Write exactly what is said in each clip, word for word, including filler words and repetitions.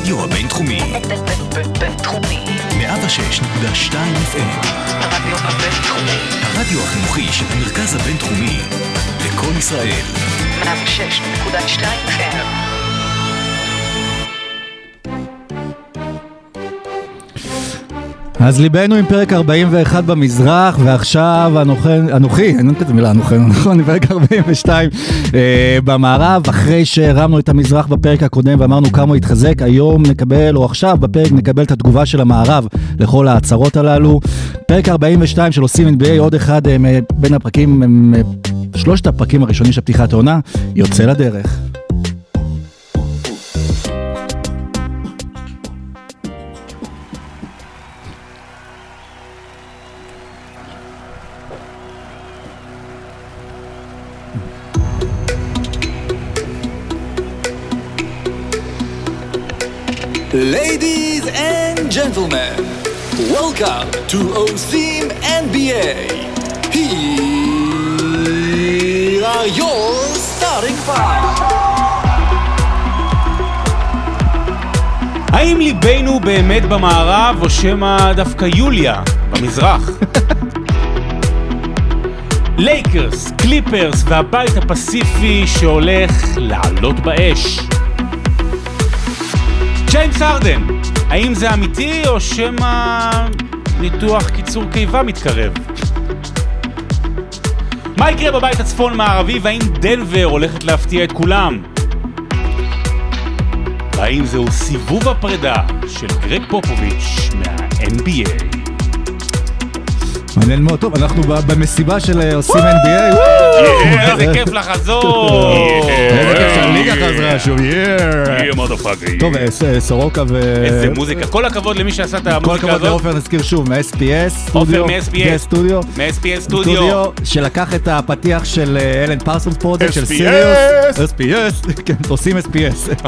הרדיו הבינתחומי. בינתחומי. מאה ושש נקודה שתיים אף אם. הרדיו הבינתחומי. הרדיו החינוכי של המרכז הבינתחומי. לקול ישראל. מאה ושש נקודה שתיים אף אם. אז ליבנו עם פרק ארבעים ואחת במזרח, ועכשיו אנוכי, אני לא כתב מילה אנוכי, נכון, פרק ארבעים ושתיים אה, במערב, אחרי שהרמנו את המזרח בפרק הקודם ואמרנו כמה הוא התחזק, היום נקבל, או עכשיו בפרק נקבל את התגובה של המערב לכל ההצהרות הללו. פרק ארבעים ושתיים של עושים אן בי איי, עוד אחד אה, בין הפרקים, אה, שלושת הפרקים הראשונים של פתיחת העונה, יוצא לדרך. Ladies and gentlemen, welcome to עושים אן בי איי. Here are your starting five. האם ליבנו באמת במערב או שמה דווקא יוליה במזרח? לייקרס, קליפרס והבית הפסיפי שהולך לעלות באש. ג'יימס הרדן, האם זה אמיתי או שמה ניתוח קיצור קיבה מתקרב? מה יקרה בבית הצפון מערבי והאם דנבר הולכת להפתיע את כולם? והאם זהו סיבוב הפרידה של גרג פופוביץ' מה-אן בי איי? מעניין מאוד, טוב, אנחנו במסיבה של עושים אן בי איי. איזה כיף לחזור! איזה כיף שהליגה חזרה שוב, יא מודפאקר. טוב, סורוקה ו... איזה מוזיקה, כל הכבוד למי שעשה את המוזיקה הזאת. כל הכבוד לאופר, נזכיר שוב, מ-אס פי אס אופר מ-אס פי אס סטודיו. מ-אס פי אס סטודיו. שלקח את הפתיח של אלן פרסונס פרוג'קט של סיריוס. אס פי אס. כן, עושים אס פי אס.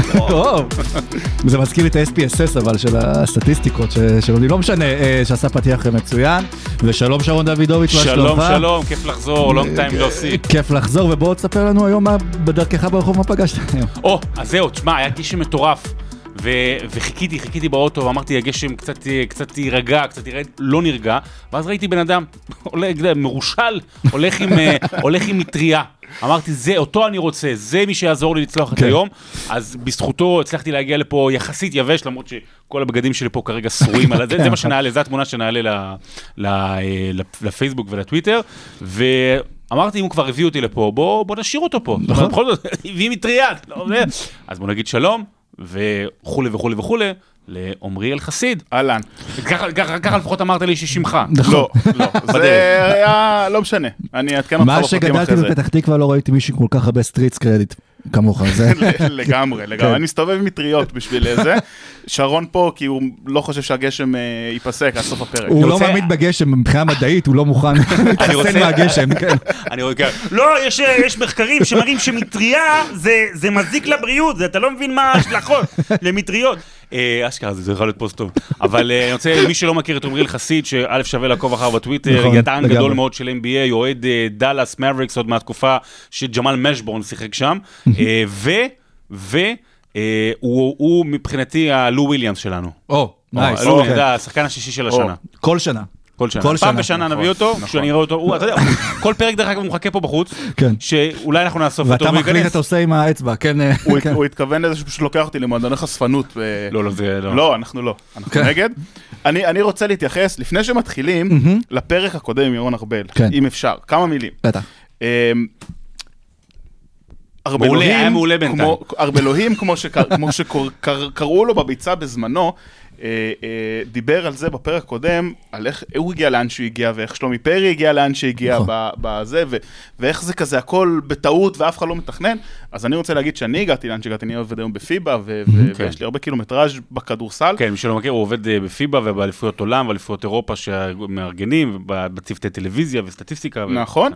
זה מזכיר לי את ה-אס פי אס אס, אבל של הסטטיסטיקות, שלא לא משנה, שעשה פתיח מצוין. ושלום שרון דוידוביץ', מה שלומך? שלום שלום, כיף לחזור, long time לא עושה. כיף לחזור, ובואו תספר לנו היום מה בדרכך ברחוב מה פגשת היום. או, אז זהו, תשמע, היה גשם מטורף, וחיכיתי, חיכיתי באוטו, ואמרתי, הגשם קצת יירגע, קצת ירד, לא נרגע, ואז ראיתי בן אדם, מרושל, הולך עם מטריה. אמרתי, זה, אותו אני רוצה, זה מי שיעזור לי לצלוח את היום, אז בזכותו הצלחתי להגיע לפה יחסית יבש, למרות שכל הבגדים שלי פה כרגע סורים, זה מה שנעלה, זו התמונה שנעלה לפייסבוק ולטוויטר, ואמרתי, אם הוא כבר הביא אותי לפה, בוא נשאיר אותו פה, בכל זאת, הביא מטריה, אז בוא נגיד שלום, וכו' וכו' וכו', לעומרי אל חסיד. אהלן. ככה לפחות אמרת לי ששמך. לא, לא. זה היה, לא משנה. אני אעדכן אותך מה שגדלתי בפתח תקווה לא ראיתי מישהו כל כך הרבה סטריטס קרדיט כמוך. לגמרי, לגמרי. אני מסתובב מטריות בשביל זה. שרון פה כי הוא לא חושב שהגשם ייפסק עד סוף הפרק. הוא לא מאמין בגשם, מבחינה מדעית הוא לא מוכן להתחסן מהגשם. אני רואה כאן. לא, יש מחקרים שמראים שמטריה זה מזיק לבריאות, אתה לא מבין מה ההשלכות למטריות. אשכרה, זה יכול להיות פוסט טוב. אבל אני רוצה, מי שלא מכיר את עומרי אל חסיד, שא' שווה לעקוב אחר בטוויטר, ידען גדול מאוד של אן בי איי, אוהד דאלאס מבריקס עוד מהתקופה שג'מאל משבורן שיחק שם, ו... ו... הוא מבחינתי הלו וויליאמס שלנו. או, נייס. השחקן השישי של השנה. כל שנה. כל שנה. פעם בשנה נביא אותו, כשאני אראה אותו, אתה יודע, כל פרק דרך אגב הוא מחכה פה בחוץ, שאולי אנחנו נאסוף אותו. ואתה מחליט אתה עושה עם האצבע, כן? הוא התכוון לזה שפשוט לוקח אותי למועדוני חשפנות. לא, לא, זה לא. לא, אנחנו לא. אנחנו נגד. אני רוצה להתייחס, לפני שמתחילים, לפרק הקודם עם ירון ארבל, אם אפשר, כמה מילים. בטח. ארבלוהים, כמו שקראו לו בביצה בזמנו, דיבר על זה בפרק קודם, על איך הוא הגיע לאן שהוא הגיע, ואיך שלומי פרי הגיע לאן שהגיע בזה, ואיך זה כזה הכל בטעות ואף אחד לא מתכנן. אז אני רוצה להגיד שאני הגעתי לאן שהגעתי, אני עובד היום בפיבה, ויש לי הרבה קילומטראז' בכדורסל. כן, מי שלא מכיר, הוא עובד בפיבה ובאליפויות עולם, ואליפויות אירופה שמארגנים, בצוותי טלוויזיה וסטטיסטיקה. נכון.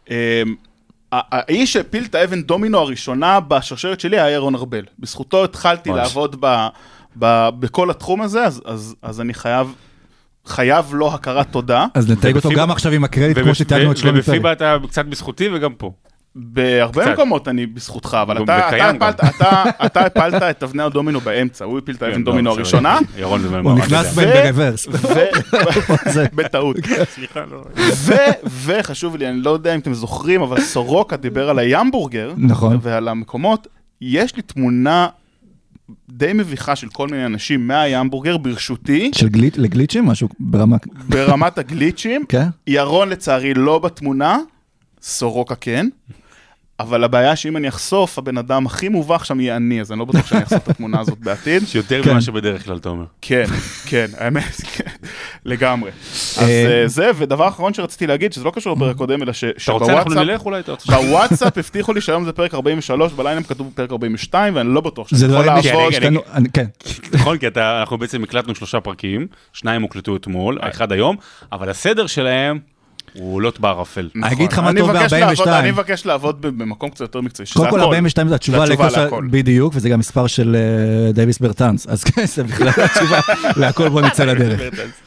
האיש שהפיל את האבן דומינו הראשונה בשרשרת שלי היה ירון ארבל. בזכותו התחלתי לעבוד בכל התחום הזה, אז אני חייב חייב לו הכרת תודה. אז נתייג אותו גם עכשיו עם הקרדיט, כמו שתייגנו את שלומי פרי. ובפיבה אתה קצת בזכותי וגם פה. בהרבה מקומות אני בזכותך, אבל גם אתה- אתה בקיים הפלת- גם. אתה- אתה הפלת את אבני הדומינו באמצע, הוא הפיל את האבן כן, דומינו לא, הראשונה, ירון זה הוא ממש נכנס זה. בהם ברוורס. ו- בטעות. סליחה, לא. ו- וחשוב לי, אני לא יודע אם אתם זוכרים, אבל סורוקה דיבר על הימבורגר, נכון. ועל המקומות, יש לי תמונה די מביכה של כל מיני אנשים מהימבורגר ברשותי, של גליץ'- לגליצ'ים? משהו ברמה... ברמת הגליצ'ים, כן? ירון לצערי לא בתמונה, סורוקה כן, אבל הבעיה שאם אני אחשוף, הבן אדם הכי מובך שם יהיה אני, אז אני לא בטוח שאני אחשוף את התמונה הזאת בעתיד. שיותר כן. ממה שבדרך כלל אתה אומר. כן, כן, האמת, כן, לגמרי. אז אה, אה, זה, ודבר אחרון שרציתי להגיד, שזה לא קשור לפרק קודם, אלא ש- אתה רוצה, אנחנו שבוואטסאפ, נלך אולי? אתה רוצה? בוואטסאפ הבטיחו לי שהיום זה פרק ארבעים ושלוש, בליינאפ כתוב פרק ארבעים ושתיים, ואני לא בטוח שאני זה יכול דברים לעבוד. רגע, רגע. השתנו- אני- כן. נכון, כי אתה- אנחנו בעצם הקלטנו שלושה פרקים, שניים הוקלטו אתמול, האחד היום, אבל הסדר שלהם הוא לוט בערפל. נכון. אני אגיד לך מה אני טוב מבקש ב-ארבעים ושתיים. לעבוד- אני מבקש לעבוד במקום קצת יותר מקצועי, שזה קודם כל הכל. ארבעים ושתיים זה התשובה זה התשובה לכושר, להכל. בדיוק, וזה גם מספר של אה, דייוויס ברטנס, אז כן, זה בכלל התשובה להכל, בוא נצא לדרך.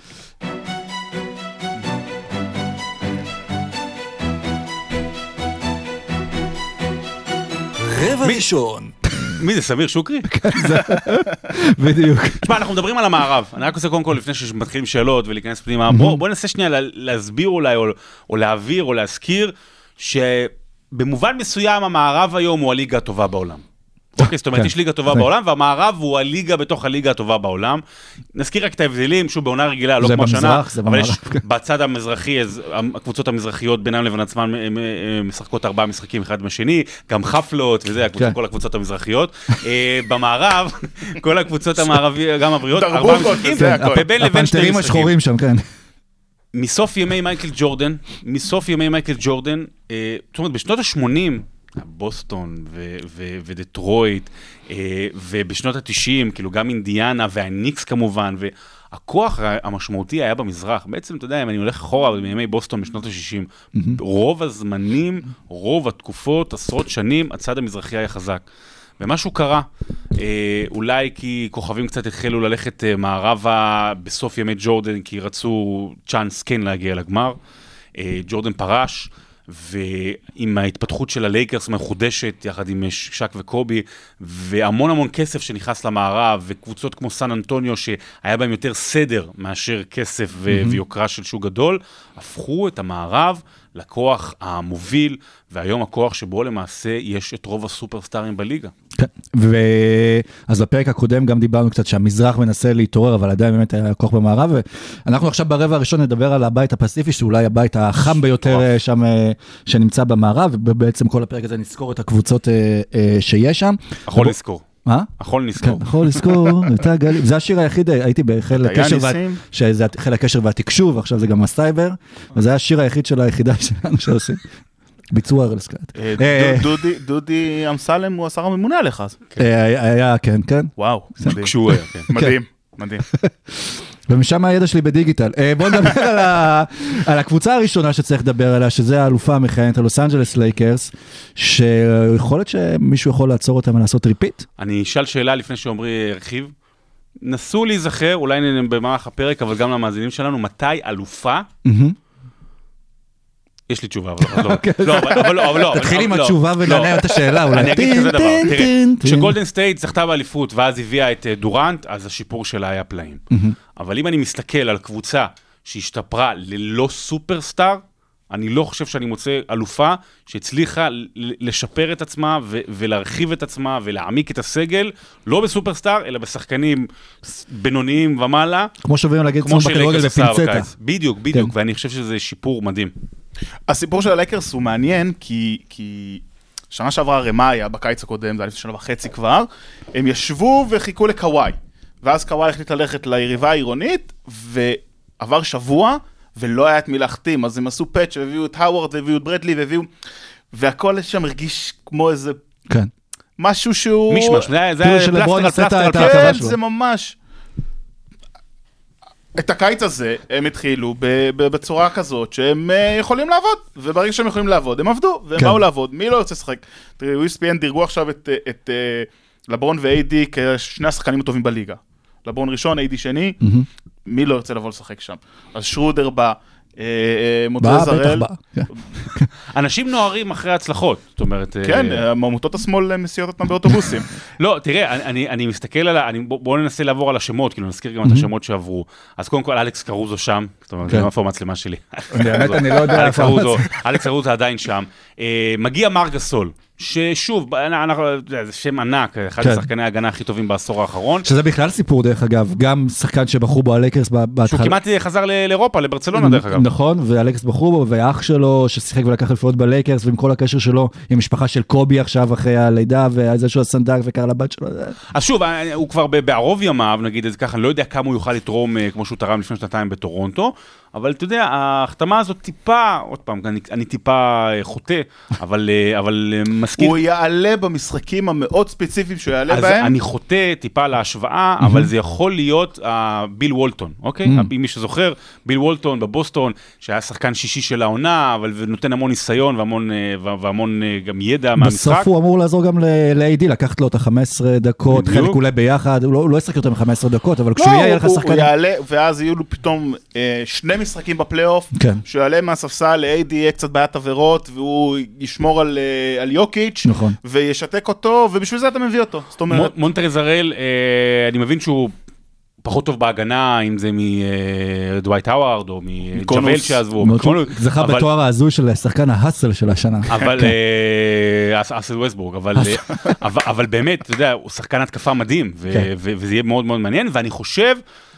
רבע ראשון. מי זה, סמיר שוקרי? בדיוק. תשמע, אנחנו מדברים על המערב. אני רק עושה קודם כל, לפני שמתחילים שאלות ולהיכנס פנימה, בוא בוא ננסה שנייה לה- להסביר אולי, או- או להעביר, או להזכיר, שבמובן מסוים המערב היום הוא הליגה הטובה בעולם. אוקיי, זאת אומרת, כן. יש ליגה טובה כן. בעולם, והמערב הוא הליגה בתוך הליגה הטובה בעולם. נזכיר רק את ההבדלים, שהוא בעונה רגילה, לא זה כמו השנה, במזרח, זה אבל יש במערב. בצד המזרחי, אז הקבוצות המזרחיות בינם לבין עצמן הם, הם, הם משחקות ארבעה משחקים אחד בשני, גם חפלות וזה, הקבוצות, כן. כל הקבוצות המזרחיות. אה, במערב, כל הקבוצות המערביות, גם הבריאות, דרבוקות ארבעה משחקים, וזה הכל. ובין לבין שני הפנתרים משחקים. השחורים שם, כן. מסוף ימי מייקל ג'ורדן, מסוף ימי מייקל ג'ורדן, אה, זאת אומרת, בשנות ה-שמונים, בוסטון ו- ו- ודטרויט, אה, ובשנות ה-תשעים, כאילו גם אינדיאנה והניקס כמובן, והכוח המשמעותי היה במזרח. בעצם, אתה יודע, אם אני הולך אחורה בימי בוסטון בשנות ה-שישים, רוב הזמנים, רוב התקופות, עשרות שנים, הצד המזרחי היה חזק. ומשהו קרה, אה, אולי כי כוכבים קצת התחילו ללכת אה, מערבה בסוף ימי ג'ורדן, כי רצו צ'אנס כן להגיע לגמר. אה, ג'ורדן פרש, ועם ההתפתחות של הלייקרס מחודשת, יחד עם שק וקובי, והמון המון כסף שנכנס למערב, וקבוצות כמו סן אנטוניו, שהיה בהם יותר סדר מאשר כסף ו- ויוקרה של שוק גדול, הפכו את המערב לכוח המוביל, והיום הכוח שבו למעשה יש את רוב הסופרסטארים בליגה. כן. ואז בפרק הקודם גם דיברנו קצת שהמזרח מנסה להתעורר, אבל עדיין באמת היה כוח במערב, ואנחנו עכשיו ברבע הראשון נדבר על הבית הפסיפי, שאולי הבית החם ביותר אה, שם אה, שנמצא במערב, ובעצם כל הפרק הזה נזכור את הקבוצות אה, אה, שיש שם. יכול ובוא- לזכור. מה? יכול כן, לזכור. יכול לזכור, את הגלים. זה השיר היחיד, הייתי בחיל היה הקשר, וה- ניסים. שזה חיל הקשר והתקשוב, עכשיו זה גם הסייבר, וזה היה השיר היחיד של היחידה שלנו שעושים. ביצוע ארלסקאט. אה, אה, דו- דודי- דודי אמסלם הוא השר הממונה עליך, אז. אה, היה, כן, כן. וואו, מדהים. כשהוא היה, כן. מדהים, מדהים. ומשם הידע שלי בדיגיטל. אה, בואו נדבר על, ה... על הקבוצה הראשונה שצריך לדבר עליה, שזה האלופה המכהנת, הלוס אנג'לס לייקרס, שיכול להיות שמישהו יכול לעצור אותם ולעשות ריפיט? אני אשאל שאלה לפני שעומרי הרחיב. נסו להיזכר, אולי במהלך הפרק, אבל גם למאזינים שלנו, מתי אלופה? יש לי תשובה, אבל לא. לא, אבל- אבל לא, אבל לא. תתחיל אבל עם לא. התשובה ונענה לא. את השאלה, אולי. אני אגיד טין, כזה דבר, טין, תראה, טין, טין. כשגולדן סטייט זכתה באליפות ואז הביאה את אה, דורנט, אז השיפור שלה היה פלאים. אבל אם אני מסתכל על קבוצה שהשתפרה ללא סופרסטאר, אני לא חושב שאני מוצא אלופה שהצליחה ל- לשפר את עצמה ו- ולהרחיב את עצמה ולהעמיק את הסגל, לא בסופרסטאר, אלא בשחקנים ס- בינוניים ומעלה, כמו שאומרים להגיד כמו אצלנו בכדורגל שלייקרס עשה בפינצטה. בקיץ. בדיוק, בדיוק, כן. ואני חושב שזה שיפור מדהים. הסיפור של הלייקרס הוא מעניין, כי, כי שנה שעברה הרמה היה בקיץ הקודם, זה היה לפני שנה וחצי כבר, הם ישבו וחיכו לקוואי, ואז קוואי החליט ללכת ליריבה העירונית, ועבר שבוע, ולא היה את מי להחתים, אז הם עשו פאץ' והביאו את האוורד, והביאו את ברדלי, והביאו, והכל שם הרגיש כמו איזה כן. משהו שהוא... מישמש, זה היה זה כאילו היה שלברון פלסטר על עשה את פלסטר על ה- את פלסטר. ההטבה כן, שלו. זה ממש... את הקיץ הזה הם התחילו ב- ב- בצורה כזאת שהם אה, יכולים לעבוד, וברגע שהם יכולים לעבוד, הם עבדו, והם כן. באו לעבוד. מי לא יוצא לשחק? תראי, ו אס פי אן דירגו עכשיו את, אה, את אה, לברון ו-איי די כשני השחקנים הטובים בליגה. לברון ראשון, איי די שני, מי לא יוצא לבוא לשחק שם? אז שרודר בא, מונטרז הראל. אנשים נוערים אחרי הצלחות, זאת אומרת... כן, עמותות השמאל מסיעות אותם באוטובוסים. לא, תראה, אני, אני מסתכל על ה... בואו ננסה לעבור על השמות, כאילו נזכיר גם את השמות שעברו. אז קודם כל, אלכס קרוזו שם, זאת אומרת, זה מאיפה המצלמה שלי. באמת, אני לא יודע אלכס קרוזו, אלכס קרוזו עדיין שם. מגיע מר גסול, ששוב, זה שם ענק, אחד השחקני ההגנה הכי טובים בעשור האחרון. שזה בכלל סיפור, דרך אגב, גם שחקן שבחרו בו הלייקרס בהתחלה. שהוא כמעט חזר לאירופה, לברצלונה, דרך אגב. נכון, והלייקרס בחרו בו, והאח שלו ששיחק ולקח אליפויות בלייקרס, ועם כל הקשר שלו, עם משפחה של קובי עכשיו אחרי הלידה, וזה שהוא הסנדק וקרא לבת שלו. אז שוב, הוא כבר בערוב ימיו, נגיד את זה ככה, אני לא יודע כמה הוא יוכל לתרום כמו שהוא תרם לפני שנתיים בטורונטו, אבל אתה יודע, ההחתמה הזאת טיפה, עוד פעם, אני, אני טיפה חוטא, אבל, אבל מסכים. הוא יעלה במשחקים המאוד ספציפיים שהוא יעלה אז בהם. אני חוטא טיפה להשוואה, mm-hmm. אבל זה יכול להיות uh, ביל וולטון, אוקיי? Mm-hmm. מי שזוכר, ביל וולטון בבוסטון, שהיה שחקן שישי של העונה, אבל נותן המון ניסיון והמון, והמון גם ידע מהמשחק. בסוף הוא אמור לעזור גם ל-איי די, לקחת לו את ה-חמש עשרה דקות, חלק אולי ביחד, הוא לא, הוא לא ישחק יותר מ-חמש עשרה דקות, אבל כשהוא יהיה לך שחקן... הוא יעלה, ואז יהיו לו פתאום אה, שני משחקים בפלייאוף, כן. שהוא יעלה מהספסל, ל-איי די יהיה קצת בעיית עבירות, והוא ישמור על, אה, על יוקיץ', נכון. וישתק אותו, ובשביל זה אתה מביא אותו. זאת אומרת... מונטרז הראל, אה, אני מבין שהוא פחות טוב בהגנה, אם זה מדווייט האווארד, או מג'וול שעזבו. זכה בתואר ההזוי של שחקן ההסל של השנה. אבל, אסל ווסטבורג, אבל באמת, אתה יודע, הוא שחקן התקפה מדהים, וזה יהיה מאוד מאוד מעניין, ואני חושב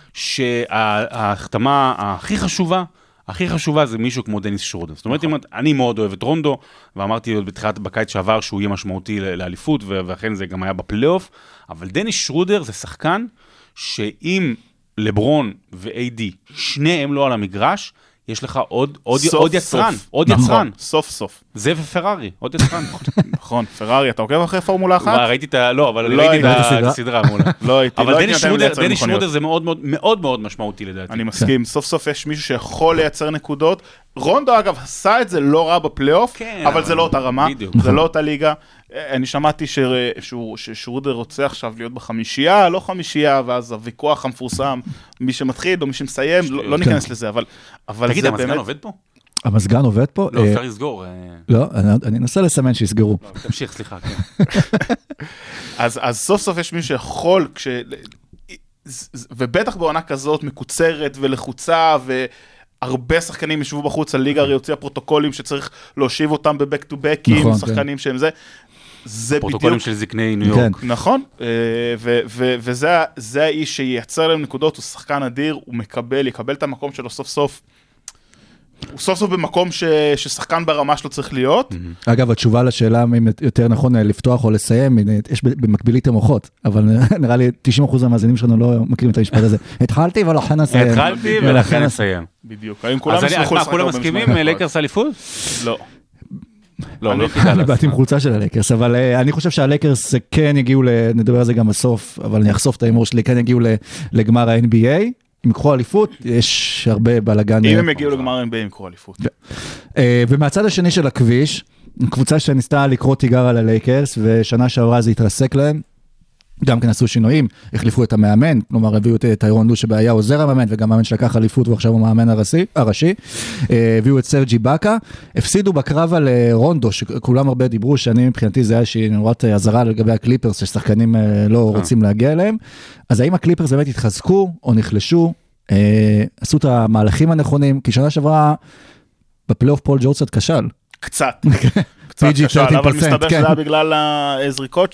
שההחתמה הכי חשובה, הכי חשובה זה מישהו כמו דניס שרודר. זאת אומרת, אני מאוד אוהב את רונדו, ואמרתי בתחילת בקיץ שעבר שהוא יהיה משמעותי לאליפות, ואכן זה גם היה בפלייאוף, אבל דניס שרודר זה שחקן שאם לברון ו-איי די, שניהם לא על המגרש, יש לך עוד, עוד, סוף, עוד יצרן, סוף. עוד נכון, יצרן. סוף סוף. זה ופרארי, עוד יצרן. נכון, פרארי, אתה עוקב אחרי פורמולה אחת? ראיתי את ה... לא, אבל לא ראיתי הייתי. את הסדרה מולה. לא הייתי. אבל לא דניס הייתי נותן שרודר, לייצר דניס מכוניות. שרודר זה מאוד מאוד מאוד מאוד משמעותי לדעתי. אני מסכים, סוף סוף יש מישהו שיכול לייצר נקודות. רונדו אגב עשה את זה לא רע בפלייאוף, כן, אבל זה לא אותה רמה, בדיוק. זה לא אותה ליגה. אני שמעתי ש- שהוא- ששרודר רוצה עכשיו להיות בחמישייה, לא חמישייה, ואז הוויכוח המפורסם, מי שמתחיל או מי שמסיים, לא לא ניכנס לזה, אבל אבל תגיד, זה המזגן באמת... עובד פה? המזגן עובד פה? לא, אפשר לסגור. לא, אני אנסה לסמן שיסגרו. תמשיך, סליחה. כן. אז אז סוף סוף יש מישהו שיכול, כש... ובטח בעונה כזאת מקוצרת ולחוצה, והרבה שחקנים ישבו בחוץ, הליגה הרי הוציאה פרוטוקולים שצריך להושיב אותם בבק טו בקים, נכון, שחקנים שהם זה. זה פרוטוקולים בדיוק, של זקני ניו יורק. נכון, אה, ו- ו- וזה זה האיש שייצר להם נקודות, הוא שחקן אדיר, הוא מקבל, יקבל את המקום שלו סוף סוף, הוא סוף סוף במקום ש- ששחקן ברמה שלו צריך להיות. אגב, התשובה לשאלה אם יותר נכון לפתוח או לסיים, יש במקבילית המוחות, אבל נראה לי תשעים אחוז מהמאזינים שלנו לא מכירים את המשפט הזה. התחלתי ולכן אסיים. התחלתי ולכן אסיים. בדיוק, האם כולם אז אני- ישמחו מה, לשחק כולם הרבה מסכימים? משחקים? לייקרס אליפות? לא. לא, לא חיכה אני באתי לעצמם. עם חולצה של הלייקרס, אבל אה, אני חושב שהלייקרס כן יגיעו, ל- נדבר על זה גם בסוף, אבל אני אחשוף את האמור שלי, כן יגיעו ל- לגמר ה-אן בי איי, אם יקחו אליפות, יש הרבה בלגן. אם הם יגיעו לגמר אן בי איי עם קרוא אליפות. אה, ומהצד השני של הכביש, קבוצה שניסתה לקרוא תיגר על הלייקרס, ושנה שעברה זה התרסק להם, גם כן עשו שינויים, החליפו את המאמן, כלומר הביאו את טיירון לו שבהיה עוזר המאמן, וגם מאמן שלקח אליפות ועכשיו הוא מאמן הראשי, הראשי, הביאו את סרג'י בקה, הפסידו בקרב על רונדו, שכולם הרבה דיברו, שאני מבחינתי זה היה שהיא נורת עזרה לגבי הקליפרס, ששחקנים לא רוצים להגיע אליהם, אז האם הקליפרס באמת התחזקו או נחלשו, עשו את המהלכים הנכונים, כי שנה שעברה בפלייאוף פול ג'ורג' קצת כשל. קצת. קצת פי ג'י קשל, אבל מסתבר כן. שזה היה בגלל הזריקות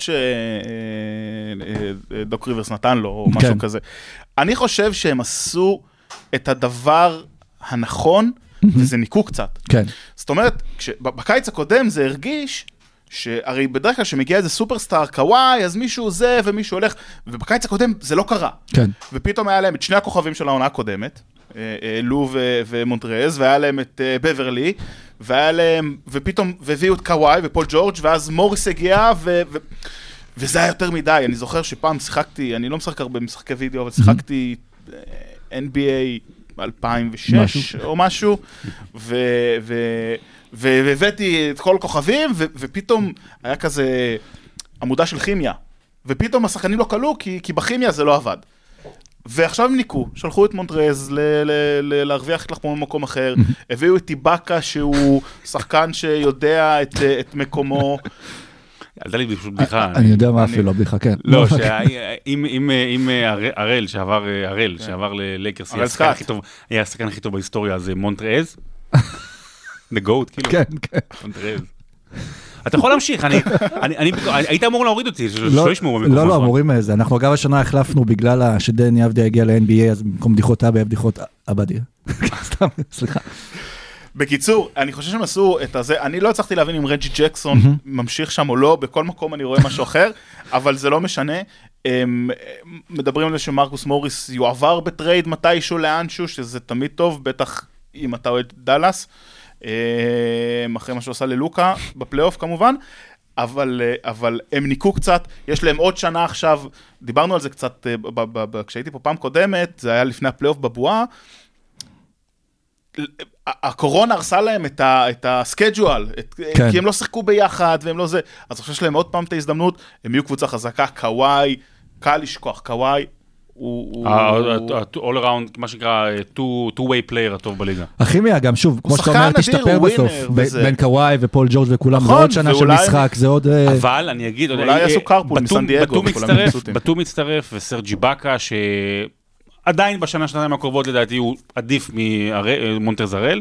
שדוק ריברס נתן לו, או משהו כן. כזה. אני חושב שהם עשו את הדבר הנכון, וזה ניקו קצת. כן. זאת אומרת, כש- בקיץ הקודם זה הרגיש, שהרי בדרך כלל שמגיע איזה סופרסטאר קוואי, אז מישהו זה ומישהו הולך, ובקיץ הקודם זה לא קרה. כן. ופתאום היה להם את שני הכוכבים של העונה הקודמת, אה, אה, לו ו- ומונטרז, והיה להם את אה, בברלי, והיה להם, ופתאום, והביאו את קוואי ופול ג'ורג', ואז מוריס הגיע, ו... ו- וזה היה יותר מדי. אני זוכר שפעם שיחקתי, אני לא משחק הרבה במשחקי וידאו, אבל שיחקתי אה, אן בי איי אלפיים ושש משהו. או משהו, ו... ו- ו- והבאתי את כל הכוכבים, ו- ופתאום היה כזה עמודה של כימיה, ופתאום השחקנים לא קלו, כי, כי בכימיה זה לא עבד. ועכשיו הם ניקו, שלחו את מונטרז ל- ל- ל- להרוויח את לחמו במקום אחר, הביאו את טיבקה שהוא שחקן שיודע את, את מקומו. עלתה לי פשוט בדיחה. אני יודע מה אפילו, בדיחה, כן. לא, שאם הראל שעבר, הראל שעבר ללייקרס, היה השחקן הכי טוב בהיסטוריה, אז מונטרז, The GOAT, כאילו. כן, כן. מונטרז. אתה יכול להמשיך, היית אמור להוריד אותי, שלא ישמעו במקום. לא, לא, אמורים איזה. אנחנו אגב השנה החלפנו בגלל שדני עבדיה הגיע ל-אן בי איי, אז במקום בדיחות אבא, בדיחות עבדיה. סתם, סליחה. בקיצור, אני חושב שהם עשו את הזה, אני לא הצלחתי להבין אם רג'י ג'קסון ממשיך שם או לא, בכל מקום אני רואה משהו אחר, אבל זה לא משנה. מדברים על זה שמרקוס מוריס יועבר בטרייד מתישהו לאנשהו, שזה תמיד טוב, בטח אם אתה אוהד דלס, אחרי מה שהוא עשה ללוקה, בפלייאוף כמובן, אבל, אבל הם ניקו קצת, יש להם עוד שנה עכשיו, דיברנו על זה קצת, כשהייתי פה פעם קודמת, זה היה לפני הפלייאוף בבועה, הקורונה הרסה להם את הסקייג'ואל, כי הם לא שיחקו ביחד, והם לא זה, אז אני חושב שיש להם עוד פעם את ההזדמנות, הם יהיו קבוצה חזקה, קוואי, קל לשכוח, קוואי, all around, מה שנקרא, two-way player הטוב בליגה. הכימיה, גם שוב, כמו שאתה אומר, תשתפר בסוף, בין קוואי ופול ג'ורג' וכולם, זה עוד שנה של משחק, זה עוד... אבל אני אגיד, אולי יעשו קרפול מסן דייגו, בטו מצטרף, וסרג'י בקה, שעדיין בשנה שנתיים הקרובות לדעתי הוא עדיף ממונטרז הראל.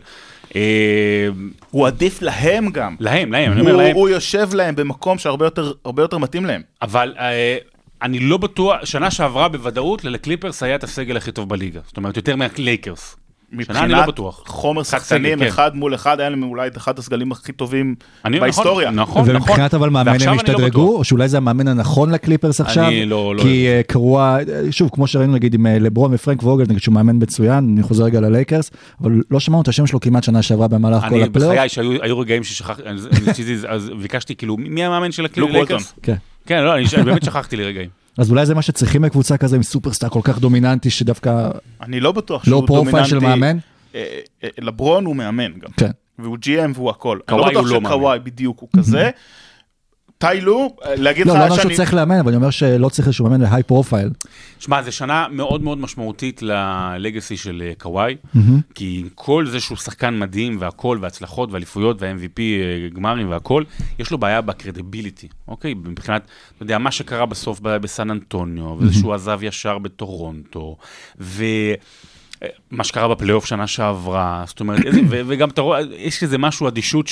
הוא עדיף להם גם. להם, להם, אני אומר להם. הוא יושב להם במקום שהרבה יותר מתאים להם. אבל... אני לא בטוח, שנה שעברה בוודאות, ללקליפרס היה את הסגל הכי טוב בליגה. זאת אומרת, יותר מהלייקרס. שנה אני לא בטוח. חומר שחקנים, אחד מול אחד, היה להם אולי את אחד הסגלים הכי טובים בהיסטוריה. נכון, נכון. ומבחינת אבל מאמן הם השתדרגו, או שאולי זה המאמן הנכון לקליפרס עכשיו? אני לא... כי קרוע, שוב, כמו שראינו נגיד עם לברון ופרנק ווגל, נגיד שהוא מאמן מצוין, אני חוזר רגע ללייקרס, אבל לא שמענו את השם שלו כמעט שנה שעברה במהלך כל הפלייאוף. אני בחיי שהיו רגעים ששכחתי, אז ביקשתי כאילו, מי המאמן של הלייקרס? כן, לא, אני באמת שכחתי לי רגעים. אז אולי זה מה שצריכים לקבוצה כזה עם סופרסטאר כל כך דומיננטי שדווקא... אני לא בטוח שהוא דומיננטי. לא פרופייל של מאמן? לברון הוא מאמן גם. כן. והוא ג'י אם והוא הכל. קוואי הוא לא מאמן. אני לא בטוח שקוואי בדיוק הוא כזה. טיילו, להגיד לך שאני... לא, לא אומר שצריך לאמן, אבל אני אומר שלא צריך איזשהו מאמן להי פרופייל. שמע, זו שנה מאוד מאוד משמעותית ללגסי של קוואי, כי כל זה שהוא שחקן מדהים והכל, והצלחות והליפויות וה-אם וי פי גמרים והכל, יש לו בעיה בקרדיביליטי, אוקיי? מבחינת, אתה יודע, מה שקרה בסוף בסן אנטוניו, וזה שהוא עזב ישר בטורונטו, ו... מה שקרה בפלייאוף שנה שעברה, זאת אומרת, וגם אתה רואה, יש איזה משהו, אדישות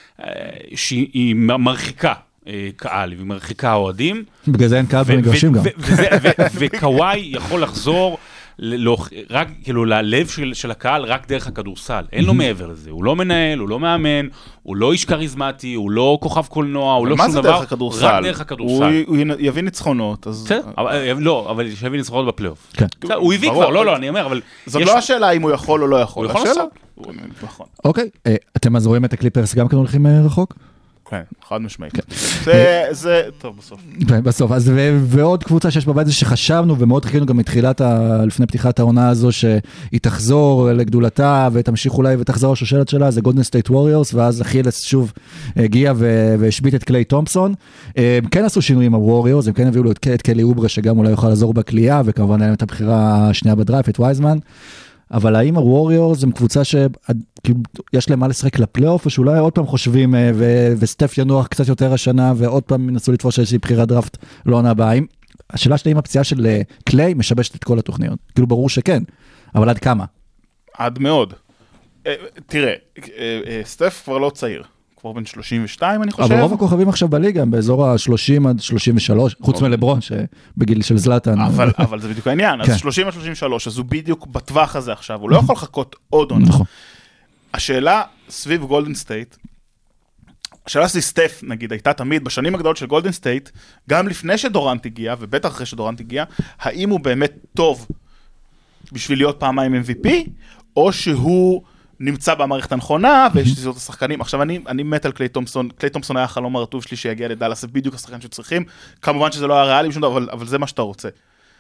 שהיא מרחיקה קהל, והיא מרחיקה אוהדים. בגלל זה אין קהל במגרשים גם. וקוואי יכול לחזור רק, כאילו, ללב של הקהל רק דרך הכדורסל. אין לו מעבר לזה. הוא לא מנהל, הוא לא מאמן, הוא לא איש קריזמטי, הוא לא כוכב קולנוע, הוא לא שום דבר. רק דרך הכדורסל. הוא יביא ניצחונות. לא, אבל שיביא ניצחונות בפלייאוף. הוא הביא כבר, לא, לא, אני אומר, אבל... זאת לא השאלה אם הוא יכול או לא יכול. הוא יכול לעשות. אוקיי, אתם אז רואים את הקליפרס גם כאן הולכים רחוק? כן, חד משמעית. זה, טוב, בסוף. בסוף, אז ועוד קבוצה שיש בבית זה שחשבנו, ומאוד חיכינו גם מתחילת, לפני פתיחת העונה הזו, שהיא תחזור לגדולתה, ותמשיך אולי ותחזור השושלת שלה, זה גולדן סטייט ווריורס, ואז אכילס שוב הגיע והשביט את קליי תומפסון. כן עשו שינויים הווריורס, הם כן הביאו לו את קלי אוברה, שגם אולי יוכל לעזור בקליעה, וכמובן היה את הבחירה השנייה בדרייב, את וייזמן. אבל האם הווריורס הם קבוצה שיש להם מה לשחק לפלייאוף, או שאולי עוד פעם חושבים, וסטף ינוח קצת יותר השנה, ועוד פעם ינסו לתפוס איזושהי בחירת דראפט לא עונה הבאה. השאלה שלי אם הפציעה של קליי משבשת את כל התוכניות. כאילו ברור שכן, אבל עד כמה? עד מאוד. תראה, סטף כבר לא צעיר. כבר בן שלושים ושתיים, אני חושב. אבל רוב הכוכבים עכשיו בליגה, הם באזור ה-שלושים עד שלושים ושלוש, חוץ מלברון, שבגיל של זלטן. אבל זה בדיוק העניין, אז שלושים עד שלושים ושלוש, אז הוא בדיוק בטווח הזה עכשיו, הוא לא יכול לחכות עוד עונה. השאלה סביב גולדן סטייט, השאלה סביב סטף, נגיד, הייתה תמיד, בשנים הגדולות של גולדן סטייט, גם לפני שדורנט הגיע, ובטח אחרי שדורנט הגיע, האם הוא באמת טוב בשביל להיות פעמיים אם וי פי, או שהוא נמצא במערכת הנכונה, ויש לזאת השחקנים. עכשיו, אני, אני מת על קליי תומפסון. קליי תומפסון היה החלום הרטוב שלי שיגיע לדלס, זה בדיוק השחקן שצריכים. כמובן שזה לא היה ריאלי בשום דבר, אבל, אבל זה מה שאתה רוצה.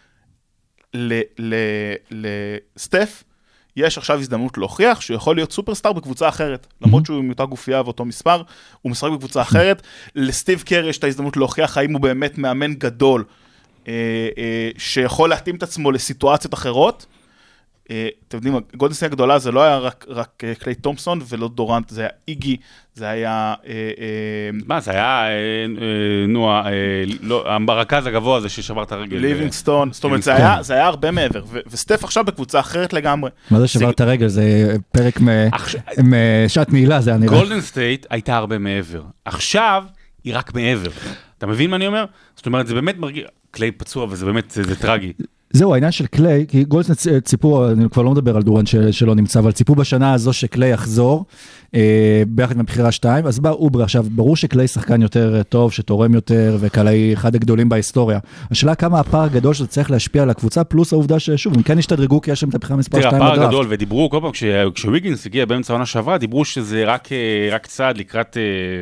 לסטף, יש עכשיו הזדמנות להוכיח שהוא יכול להיות סופרסטאר בקבוצה אחרת. למרות שהוא עם אותה גופייה ואותו מספר, הוא משחק בקבוצה אחרת. לסטיב קר יש את ההזדמנות להוכיח האם הוא באמת מאמן גדול, שיכול להתאים את עצמו לסיטואציות אחרות. אתם יודעים, גולדן סטייט הגדולה זה לא היה רק קליי תומפסון ולא דורנט, זה היה איגי, זה היה... מה, זה היה, נו, הרכז הגבוה הזה ששבר את הרגל. ליבינגסטון, זאת אומרת, זה היה הרבה מעבר, וסטף עכשיו בקבוצה אחרת לגמרי. מה זה שבר את הרגל? זה פרק משעת נעילה, זה היה נראה. גולדן סטייט הייתה הרבה מעבר. עכשיו היא רק מעבר. אתה מבין מה אני אומר? זאת אומרת, זה באמת מרגיע, קליי פצוע וזה באמת, זה טרגי. זהו, העניין של קליי, כי גולדסטייט ציפו, אני כבר לא מדבר על דורנט שלא נמצא, אבל ציפו בשנה הזו שקליי יחזור, ביחד מבחירה שתיים, אז בא אוברה, עכשיו, ברור שקליי שחקן יותר טוב, שתורם יותר, וקליי אחד הגדולים בהיסטוריה. השאלה כמה הפער הגדול שזה צריך להשפיע על הקבוצה, פלוס העובדה ששוב, הם כן השתדרגו, כי יש שם את הבחירה מספר שתיים בדראפט. תראה, הפער גדול, ודיברו כל פעם, כשוויגינס הגיע באמצע העונה שעברה, דיברו שזה רק צעד לקראת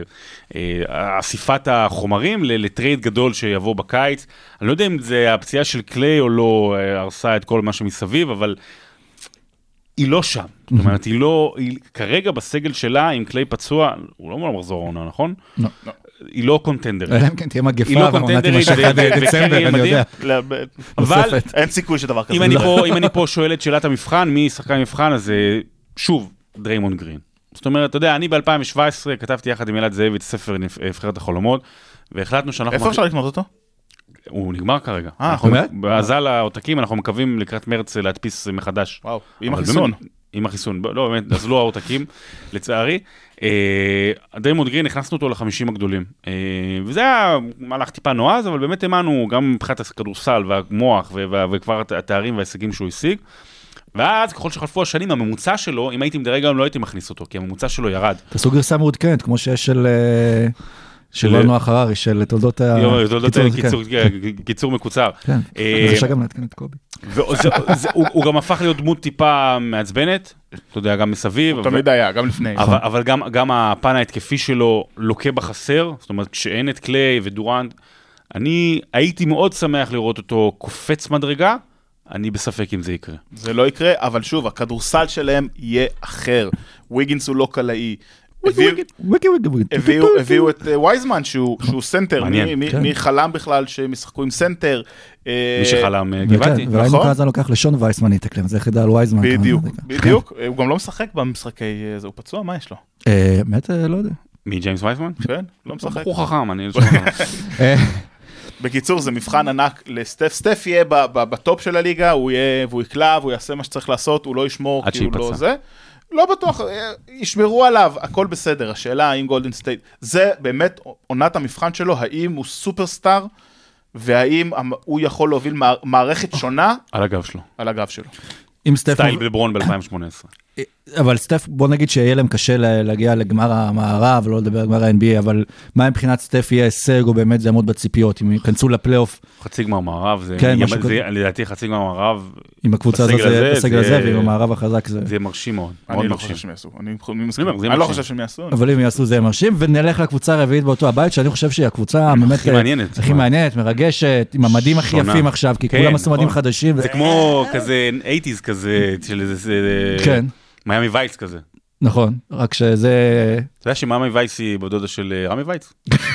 אסיפת החומרים לטרייד גדול שיבוא בקיץ. אני לא יודע אם זה הפציעה של קליי או לא הרסה את כל מה שמסביב, אבל היא לא שם. זאת אומרת, היא לא, היא כרגע בסגל שלה עם קליי פצוע, הוא לא אמור לחזור העונה, נכון? לא. היא לא קונטנדרית. אלא אם כן תהיה מגפה, היא לא קונטנדרית, דצמבר, אני יודע. אבל אין סיכוי שדבר כזה. אם אני פה שואל את שאלת המבחן, מי שחקן מבחן, אז שוב, דריימונד גרין. זאת אומרת, אתה יודע, אני ב-אלפיים שבע עשרה כתבתי יחד עם ילד זאב את ספר נבחרת החלומות, והחלטנו שאנחנו... איפה אפשר לקנות אותו? הוא נגמר כרגע. אה, באמת? בהזל העותקים, אנחנו מקווים לקראת מרץ להדפיס מחדש. וואו, עם החיסון. עם החיסון, לא, באמת, אז לא העותקים, לצערי. דריימונד גרין, הכנסנו אותו ל-חמישים הגדולים. וזה היה מהלך טיפה נועז, אבל באמת האמנו, גם מבחינת הכדורסל והמוח, וכבר התארים וההישגים שהוא השיג. ואז, ככל שחלפו השנים, הממוצע שלו, אם הייתי מדרג גם לא הייתי מכניס אותו, כי הממוצע שלו ירד. תעשו גרסה מעודכנת, כמו שיש של... של נוח הררי, של תולדות קיצור מקוצר. כן, אז אפשר גם להתקן את קובי. הוא גם הפך להיות דמות טיפה מעצבנת, אתה יודע, גם מסביב. הוא תמיד היה, גם לפני. אבל גם הפן ההתקפי שלו לוקה בחסר, זאת אומרת, כשאין את קליי ודורנט, אני הייתי מאוד שמח לראות אותו קופץ מדרגה, אני בספק אם זה יקרה. זה לא יקרה, אבל שוב, הכדורסל שלהם יהיה אחר. ויגינס הוא לא קלעי. הביאו את וייזמן שהוא סנטר, מי חלם בכלל שהם ישחקו עם סנטר. מי שחלם גבעתי. וראינו כזה לוקח לשון וייזמן יתקלם, זה יחידה על וייזמן. בדיוק, בדיוק, הוא גם לא משחק במשחקי, הוא פצוע, מה יש לו? באמת לא יודע. מי ג'יימס וייזמן? כן, לא משחק. הוא חכם, אני לא שומע. בקיצור, זה מבחן ענק לסטף. סטף יהיה בטופ של הליגה, הוא יהיה, והוא יקלע, והוא יעשה מה שצריך לעשות, הוא לא ישמור, כי הוא לא זה. לא בטוח, ישמרו עליו, הכל בסדר. השאלה האם גולדן סטייט, זה באמת עונת המבחן שלו, האם הוא סופרסטאר, והאם הוא יכול להוביל מערכת שונה. על הגב שלו. על הגב שלו. סטייל לברון ב-אלפיים שמונה עשרה. אבל סטף, בוא נגיד שיהיה להם קשה להגיע לגמר המערב, ולא לדבר על גמר ה-אן בי איי, אבל מה מבחינת סטף יהיה הישג, או באמת זה יעמוד בציפיות, אם ייכנסו לפלייאוף? חצי גמר מערב, זה, כן, זה, לדעתי חצי גמר מערב, עם הקבוצה הזאת, זה בסגל הזה, ועם המערב החזק זה. זה מרשים מאוד, מאוד מרשים. אני לא חושב שהם יעשו, אני לא חושב שהם יעשו. אבל אם יעשו זה מרשים, ונלך לקבוצה הרביעית באותו הבית, שאני חושב שהיא הקבוצה הכי מעניינת, הכי מעניינת, מרגשת, עם המדים הכי יפים עכשיו, כי כולם עשו מדים חדשים. זה כמו כזה שמונים כזה, של מיאמי וייס כזה. נכון, רק שזה... אתה יודע שמאמי וייס היא בדודה של רמי וייס?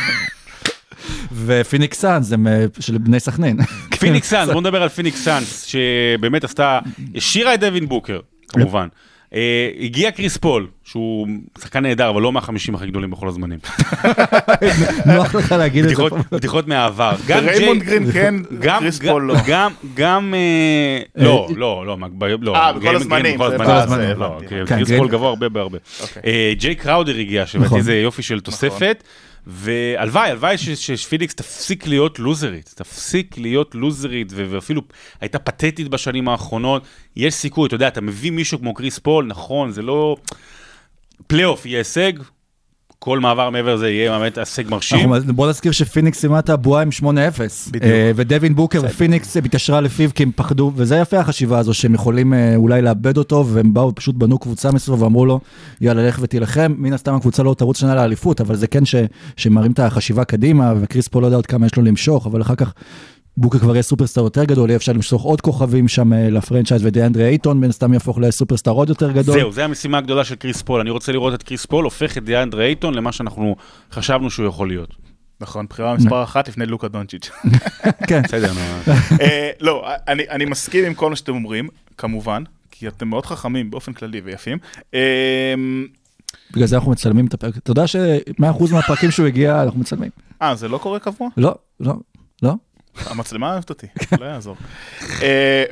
ופיניקס סאנס, הם של בני סכנין. פיניקס סאנס, בוא נדבר על פיניקס סאנס, שבאמת עשתה, השאירה את דווין בוקר, כמובן. הגיע קריס פול, שהוא שחקן נהדר, אבל לא מהחמישים הכי גדולים בכל הזמנים. נוח לך להגיד את זה. בדיחות מהעבר. ריימונד גרין כן, קריס פול לא. גם, לא, לא, לא. אה, בכל הזמנים. קריס פול גבוה הרבה בהרבה. ג'יי קראודר הגיע, שבאתי זה יופי של תוספת, והלוואי, הלוואי שפיניקס תפסיק להיות לוזרית, תפסיק להיות לוזרית, ואפילו הייתה פתטית בשנים האחרונות, יש סיכוי, אתה יודע, אתה מביא מישהו כמו קריס פול, נכון, זה לא... פלייאוף יהיה הישג, כל מעבר מעבר זה יהיה באמת הישג מרשים. בוא נזכיר שפיניקס שימה את הבועה עם שמונה אפס, ודווין בוקר ופיניקס התיישרה לפיו כי הם פחדו, וזה יפה החשיבה הזו, שהם יכולים אולי לאבד אותו, והם באו פשוט בנו קבוצה מסביב, ואמרו לו, יאללה, לך ותילחם, מן הסתם הקבוצה לא תרוץ שנה לאליפות, אבל זה כן שמראים את החשיבה קדימה, וקריס פול לא יודע עוד כמה יש לו למשוך, אבל אחר כך בוקר כבר יהיה סופרסטאר יותר גדול, יהיה אפשר למשוך עוד כוכבים שם לפרנצ'ייז, ודיאנדרי אייטון מן הסתם יהפוך לסופרסטאר עוד יותר גדול. זהו, זה המשימה הגדולה של קריס פול. אני רוצה לראות את קריס פול, הופך את דיאנדרי אייטון למה שאנחנו חשבנו שהוא יכול להיות. נכון, בחירה מספר אחת לפני לוקה דונצ'יץ'. כן. בסדר, נו. אה, לא, אני אני מסכים עם כל מה שאתם אומרים, כמובן, כי אתם מאוד חכמים באופן כללי ויפים. אה, בגלל זה אנחנו מצלמים את הפרק. אתה יודע ש-מאה אחוז מהפרקים שהוא הגיע, אנחנו מצלמים. אה, זה לא קורה קבוע? לא, לא, לא. המצלמה אוהבת אותי, לא יעזור. אה,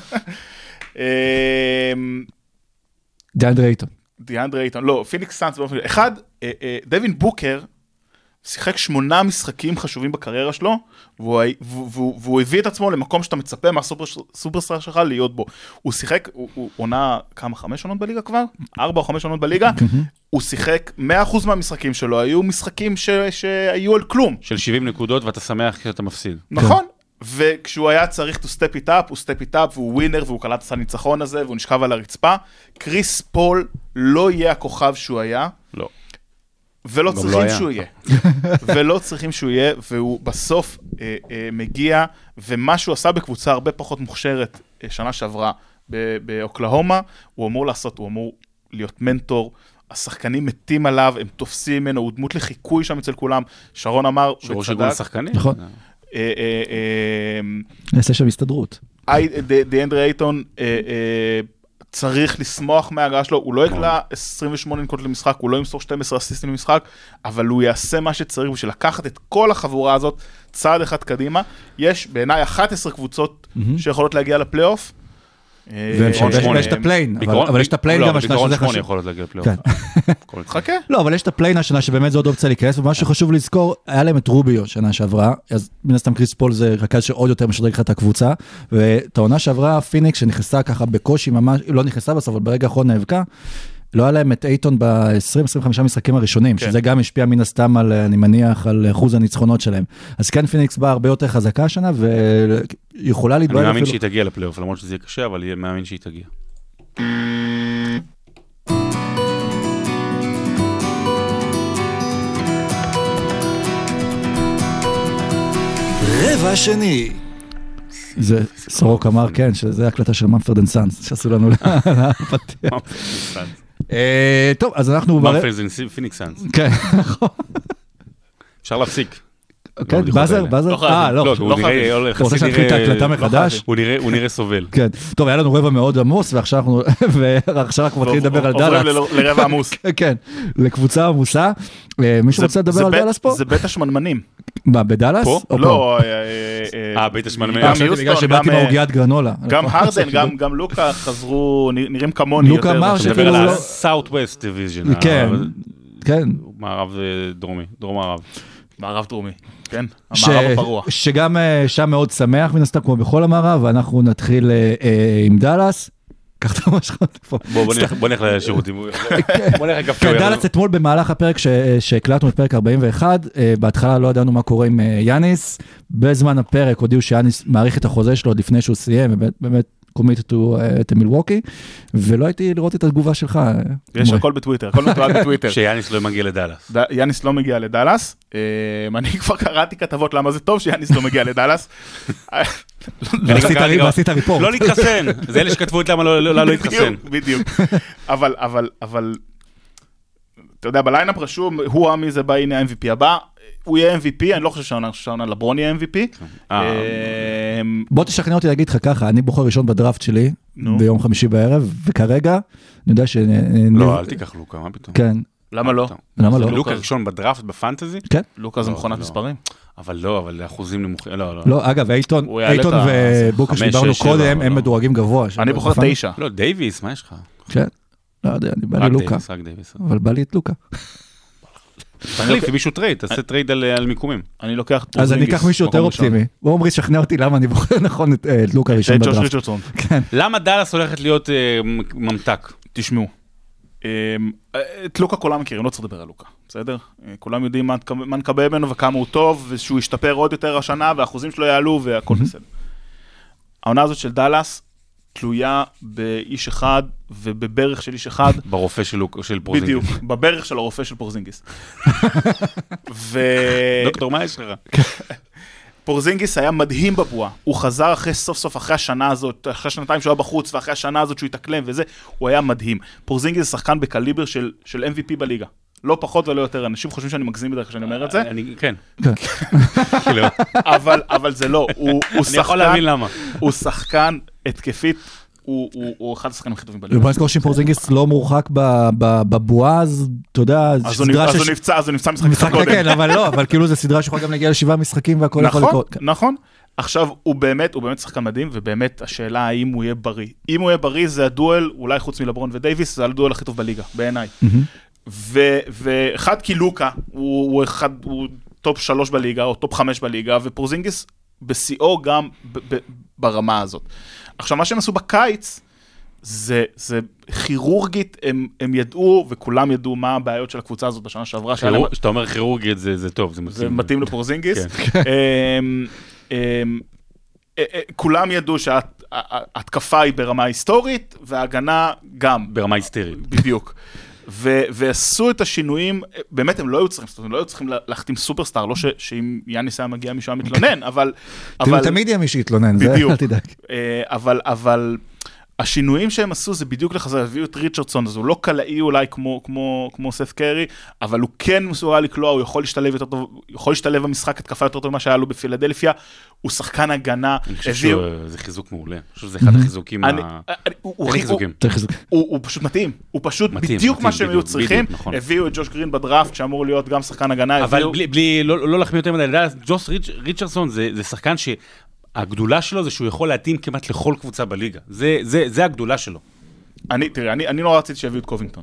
אה, דיאנדרה אייטון. דיאנדרה אייטון, לא, פיניקס סאנס באופן... אחד, אה, אה, דווין בוקר שיחק שמונה משחקים חשובים בקריירה שלו, והוא, והוא, והוא, והוא הביא את עצמו למקום שאתה מצפה מהסופרסטאר שלך להיות בו. הוא שיחק, הוא, הוא עונה כמה, חמש עונות בליגה כבר? ארבע או חמש עונות בליגה? הוא שיחק מאה אחוז מהמשחקים שלו, היו משחקים ש, שהיו על כלום. של שבעים נקודות, ואתה שמח שאתה מפסיד. נכון. וכשהוא היה צריך to step it up, הוא step it up, והוא ווינר, והוא קלט את הניצחון הזה, והוא נשכב על הרצפה. קריס פול לא יהיה הכוכב שהוא היה. לא. ולא צריכים לא שהוא יהיה. ולא צריכים שהוא יהיה, והוא בסוף אה, אה, מגיע, ומה שהוא עשה בקבוצה הרבה פחות מוכשרת אה, שנה שעברה באוקלהומה, הוא אמור לעשות, הוא אמור להיות מנטור, השחקנים מתים עליו, הם תופסים ממנו, הוא דמות לחיקוי שם אצל כולם. שרון אמר, שראש ארגון השחקנים. נכון. נעשה שם הסתדרות. דיאנדרה אייטון צריך לשמוח מההגעה שלו, הוא לא יקלה עשרים ושמונה נקודות למשחק, הוא לא ימסור שתים עשרה אסיסטים למשחק, אבל הוא יעשה מה שצריך בשביל לקחת את כל החבורה הזאת צעד אחד קדימה. יש בעיניי אחת עשרה קבוצות שיכולות להגיע לפלייאוף. ויש את הפליין, אבל יש את הפליין גם השנה שזה חשוב. יכולות להגיע לפלייאוף. חכה. לא, אבל יש את הפליין השנה שבאמת זה עוד אופציה להיכנס, ומה שחשוב לזכור, היה להם את רוביו שנה שעברה, אז מן הסתם קריס פול זה רכז שעוד יותר משדרג לך את הקבוצה, ואת העונה שעברה פיניקס שנכנסה ככה בקושי ממש, לא נכנסה בסוף, אבל ברגע האחרון נאבקה, לא היה להם את אייטון ב-עשרים עשרים וחמישה משחקים הראשונים, שזה גם השפיע מן הסתם על, אני מניח, על אחוז הניצחונות שלהם. אז כן פיניקס באה הרבה יותר חזקה השנה, ויכולה להתבואל אפילו... אני מאמין שהיא תגיע לפלייאוף, למרות שזה יהיה קשה, אבל אני מאמין שהיא תגיע. רבע שני. זה סורוק אמר, כן, שזה הקלטה של ממפרד אנד סאנס, שעשו לנו לפתח. טוב, אז אנחנו... ממפרד אנד פיניקס סאנס. כן, נכון. אפשר להפסיק. כן, באזר, באזר. אה, לא. הוא נראה... אתה רוצה שנתחיל את ההקלטה מחדש? הוא נראה סובל. כן. טוב, היה לנו רבע מאוד עמוס, ועכשיו אנחנו מתחילים לדבר על דלס. עוברים לרבע עמוס. כן, לקבוצה עמוסה. מישהו רוצה לדבר על דלס פה? זה בית השמנמנים. מה, בדלס? פה? לא. אה, בית השמנמנים. בגלל שבאתי מהוגיית גרנולה. גם הרדן, גם לוקה חזרו, נראים כמוני. לוקה אמר שכאילו... על ה-Southwest Division. כן, כן. מערב דרומי, דרום מערב. מערב דרומי, כן, המערב הפרוע. שגם שם מאוד שמח, מן הסתם כמו בכל המערב, ואנחנו נתחיל עם דלס. קח את ממש חוט פה. בוא נלך לשירותים. כן, דלס אתמול במהלך הפרק שהקלטנו את פרק ארבעים ואחת, בהתחלה לא ידענו מה קורה עם יאניס, בזמן הפרק הודיעו שיאניס מעריך את החוזה שלו עוד לפני שהוא סיים, ובאמת committed to מילווקי, ולא הייתי לראות את התגובה שלך. יש הכל בטוויטר, הכל מתועד בטוויטר. שיאניס לא מגיע לדלס. יאניס לא מגיע לדלס, אני כבר קראתי כתבות למה זה טוב שיאניס לא מגיע לדלס. ועשית ריפורט. לא להתחסן, זה אלה שכתבו את למה לא להתחסן. בדיוק, אבל, אבל, אבל, אתה יודע, בליינאפ רשום, הוא עמי זה בא, הנה ה-אם וי פי הבא, הוא יהיה אם וי פי, אני לא חושב שעונה לברון יהיה אם וי פי. בוא תשכנע אותי להגיד לך ככה, אני בוחר ראשון בדראפט שלי, ביום חמישי בערב, וכרגע, אני יודע ש... לא, אל תיקח לוקה, מה פתאום? כן. למה לא? למה לא? לוקה ראשון בדראפט בפנטזי? כן. לוקה זה מכונת מספרים. אבל לא, אבל לאחוזים נמוכים, לא, לא. לא, אגב, אייטון ובוקר שדיברנו קודם, הם מדורגים גבוה. אני בוחר תשע. לא, דייביס, מה יש לך? כן. לא יודע, אני בא לי לוקה. אבל בא לי את לוקה. תחליף, מישהו טרייד, תעשה טרייד על מיקומים. אני לוקח... אז אני אקח מישהו יותר אופטימי. בוא אומרי, שכנע אותי למה אני בוחר נכון את לוקה ראשון בדראפט. למה דלס הולכת להיות ממתק? תשמעו. את לוקה כולם מכירים, לא צריך לדבר על לוקה, בסדר? כולם יודעים מה נקבל ממנו וכמה הוא טוב, ושהוא ישתפר עוד יותר השנה, והאחוזים שלו יעלו והכל בסדר. העונה הזאת של דלס תלויה באיש אחד ובברך של איש אחד. ברופא של פורזינגיס. בדיוק, בברך של הרופא של פורזינגיס. דוקטור, מה יש לך? פורזינגיס היה מדהים בבועה, הוא חזר אחרי סוף סוף, אחרי השנה הזאת, אחרי שנתיים שהוא היה בחוץ, ואחרי השנה הזאת שהוא התאקלם וזה, הוא היה מדהים. פורזינגיס זה שחקן בקליבר של, של אם וי פי בליגה. לא פחות ולא יותר. אנשים חושבים שאני מגזים בדרך כשאני אומר את זה. אני, כן. כן. אבל, אבל זה לא, הוא, הוא אני שחקן, יכול להבין למה. הוא שחקן התקפית, הוא, הוא, הוא אחד השחקנים הכי טובים בליגה. ובוא נזכור שפורזינגיס לא מורחק ב- ב- בבועה, אז אתה יודע, אז הוא נפצע, אז הוא נפצע, אז הוא נפצע משחק משחק קודם. כן, אבל לא, אבל כאילו זו סדרה שיכולה גם להגיע לשבעה משחקים והכל יכול נכון, לקרות. נכון. עכשיו, הוא באמת, הוא באמת שחקן מדהים, ובאמת השאלה האם הוא יהיה בריא. אם הוא יהיה בריא, זה הדואל, אולי חוץ מלברון ודייביס, זה הדואל הכי טוב בליגה, בעיניי. ו- ואחד כי לוקה, הוא, הוא אחד, הוא טופ שלוש בליגה, או טופ חמש בליגה, ופורזינגיס בשיאו גם ב- ב- ברמה הזאת. עכשיו, מה שהם עשו בקיץ, זה, זה כירורגית, הם, הם ידעו, וכולם ידעו מה הבעיות של הקבוצה הזאת בשנה שעברה. כשאתה אומר כירורגית זה, זה טוב, זה מתאים. זה מתאים לפורזינגיס. אמ, אמ, כולם ידעו שההתקפה היא ברמה היסטורית, וההגנה גם. ברמה היסטרית. בדיוק. ו- ועשו את השינויים, באמת הם לא היו צריכים, הם לא היו צריכים להחתים סופרסטאר, לא ש- שאם יאניס היה מגיע מישהו היה מתלונן, אבל... תראו, תמיד יהיה מי שיתלונן, זה אל תדאג. אבל, אבל השינויים שהם עשו זה בדיוק לחזר, הביאו את ריצ'רדסון, אז הוא לא קלעי אולי כמו, כמו, כמו סף קרי, אבל הוא כן מסוגל לקלוע, הוא יכול להשתלב יותר טוב, יכול להשתלב במשחק התקפה יותר טוב ממה שהיה לו בפילדלפיה, הוא שחקן הגנה. אני חושב שזה חיזוק מעולה, אני חושב שזה אחד החיזוקים ה... הוא פשוט מתאים, הוא פשוט בדיוק מה שהם היו צריכים, הביאו את ג'וש גרין בדראפט, שאמור להיות גם שחקן הגנה. אבל בלי, לא להחמיא יותר מדי, ג'וש ריצ'רדסון זה שחקן ש... הגדולה שלו זה שהוא יכול להתאים כמעט לכל קבוצה בליגה. זה, זה, זה הגדולה שלו. אני, תראה, אני, אני לא רציתי שיביאו את קובינגטון.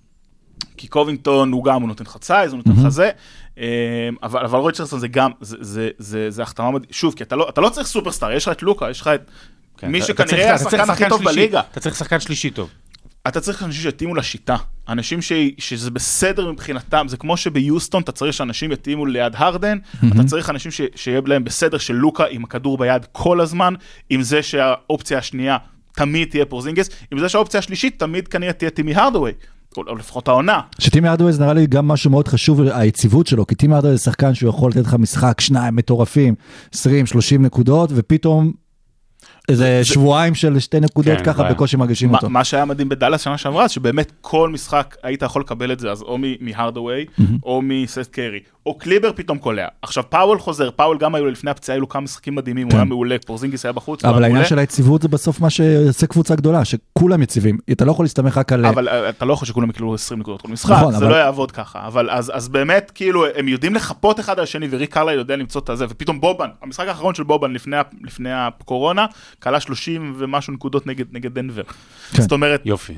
כי קובינגטון הוא גם, הוא נותן חצאי, הוא נותן חזה, אבל, אבל ריצ'רדסון זה גם, זה, זה, זה, זה החתמה מדהים. שוב, כי אתה לא, אתה לא צריך סופרסטאר, יש לך את לוקה, יש לך את מי שכנראה השחקן הכי טוב בליגה. אתה צריך שחקן שלישי טוב. אתה צריך אנשים שיתאימו לשיטה, אנשים ש... שזה בסדר מבחינתם, זה כמו שביוסטון אתה צריך שאנשים יתאימו ליד הרדן, mm-hmm. אתה צריך אנשים ש... שיהיה להם בסדר של לוקה עם הכדור ביד כל הזמן, עם זה שהאופציה השנייה תמיד תהיה פורזינגס, עם זה שהאופציה השלישית תמיד כנראה תהיה טימי הרדווי, או לפחות העונה. שטימי הרדווי זה נראה לי גם משהו מאוד חשוב, היציבות שלו, כי טימי הרדווי זה שחקן שהוא יכול לתת לך משחק, שניים מטורפים, עשרים שלושים נקודות, ופתאום... איזה שבועיים של שתי נקודות ככה בקושי מרגישים אותו. מה שהיה מדהים בדלס שנה שעברה, שבאמת כל משחק היית יכול לקבל את זה, אז או מהרדווי, או מסט קרי, או קליבר פתאום קולע. עכשיו פאוול חוזר, פאוול גם היו לפני הפציעה, היו לו כמה משחקים מדהימים, הוא היה מעולה, פורזינגיס היה בחוץ. אבל העניין של היציבות זה בסוף מה שיעשה קבוצה גדולה, שכולם יציבים. אתה לא יכול להסתמך רק על... אבל אתה לא יכול שכולם יקלו עשרים נקודות כל משחק, זה לא יעבוד ככה. אבל אז באמת, כאילו, הם יודעים לחפות אחד על השני, וריק קרלי יודע למצוא את הזה, ופתאום בובן, המשחק האחרון של בובן לפני הקורונה, קלה שלושים ומשהו נקודות נגד, נגד דנבר. זאת אומרת... יופי.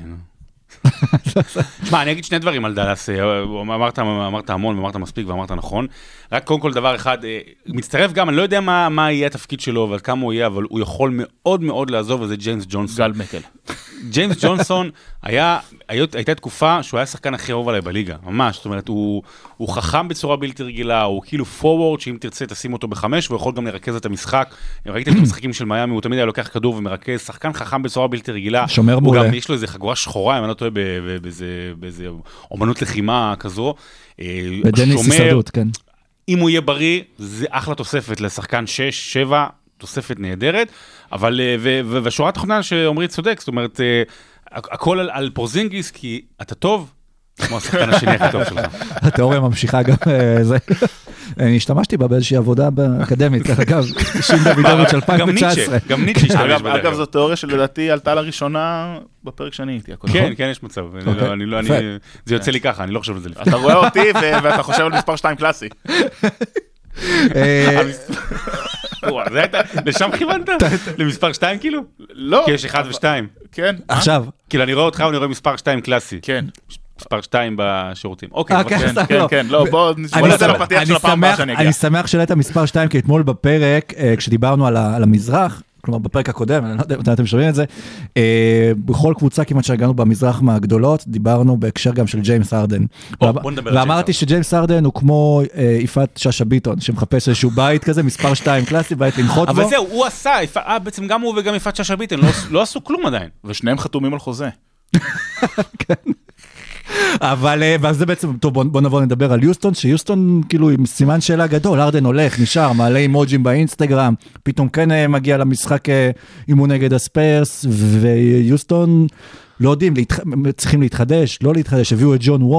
תשמע, אני אגיד שני דברים על דלס, אמרת, אמרת המון, אמרת מספיק ואמרת נכון. רק קודם כל דבר אחד, מצטרף גם, אני לא יודע מה, מה יהיה התפקיד שלו ועל כמה הוא יהיה, אבל הוא יכול מאוד מאוד לעזוב, וזה ג'יימס ג'ונסון. גל מקל. ג'יימס ג'ונסון היה, הייתה תקופה שהוא היה שחקן הכי אהוב עליי בליגה, ממש, זאת אומרת, הוא, הוא חכם בצורה בלתי רגילה, הוא כאילו פורוורד, שאם תרצה תשים אותו בחמש, והוא יכול גם לרכז את המשחק. ראיתם את המשחקים של מיאמי, הוא תמיד היה לוקח כדור ומרכז, שחקן חכם בצורה בלתי רגילה. שומר מולה. הוא גם, יש לו איזה חגורה שחורה, אם אני לא טועה, באיזה אומנות לחימה כזו. בדניס הישרדות, כן. אם הוא יהיה בריא, זה אחלה תוספת לשחקן שש, שבע, תוספת נהדרת, אבל, והשורה התחתונה שאומרי צודק, זאת אומרת, הכל על, על פורזינגיס, כי אתה טוב, כמו השחקן השני הכי טוב שלך. התיאוריה ממשיכה גם זה. אני השתמשתי בה באיזושהי עבודה באקדמית, אגב, שין דוידוביץ' של אלפיים תשע עשרה. גם ניטשה השתמש בדרך. אגב, זו תיאוריה שלדעתי עלתה לראשונה בפרק שאני הייתי. כן, כן, יש מצב. זה יוצא לי ככה, אני לא חושב על זה לפני. אתה רואה אותי ואתה חושב על מספר שתיים קלאסי. לשם כיוונת? למספר שתיים כאילו? לא. כי יש אחד ושתיים. כן. עכשיו. כאילו אני רואה אותך ואני רואה מספר שתיים קלאסי. כן. מספר שתיים בשירותים. אוקיי. כן, כן, כן. לא, בוא נצא לפתיח של הפעם הבאה שאני אגיע. אני שמח שלית מספר שתיים, כי אתמול בפרק, כשדיברנו על המזרח, כלומר בפרק הקודם, אני לא יודע אם אתם שומעים את זה, בכל קבוצה כמעט שהגענו במזרח מהגדולות, דיברנו בהקשר גם של ג'יימס הרדן. ואמרתי שג'יימס הרדן הוא כמו יפעת שאשא ביטון, שמחפש איזשהו בית כזה, מספר שתיים קלאסי, בית לנחות בו. אבל זהו, הוא עשה, בעצם גם הוא וגם יפעת שאשא ביטון, לא עשו כלום עדיין. ושניהם חתומים על חוזה. כן. אבל, ואז זה בעצם, טוב, בוא, בוא נבוא נדבר על יוסטון, שיוסטון כאילו עם סימן שאלה גדול, ארדן הולך, נשאר, מעלה אימוג'ים באינסטגרם, פתאום כן מגיע למשחק אימון נגד הספיירס, ויוסטון לא יודעים, להתח... צריכים להתחדש, לא להתחדש, הביאו את ג'ון וול,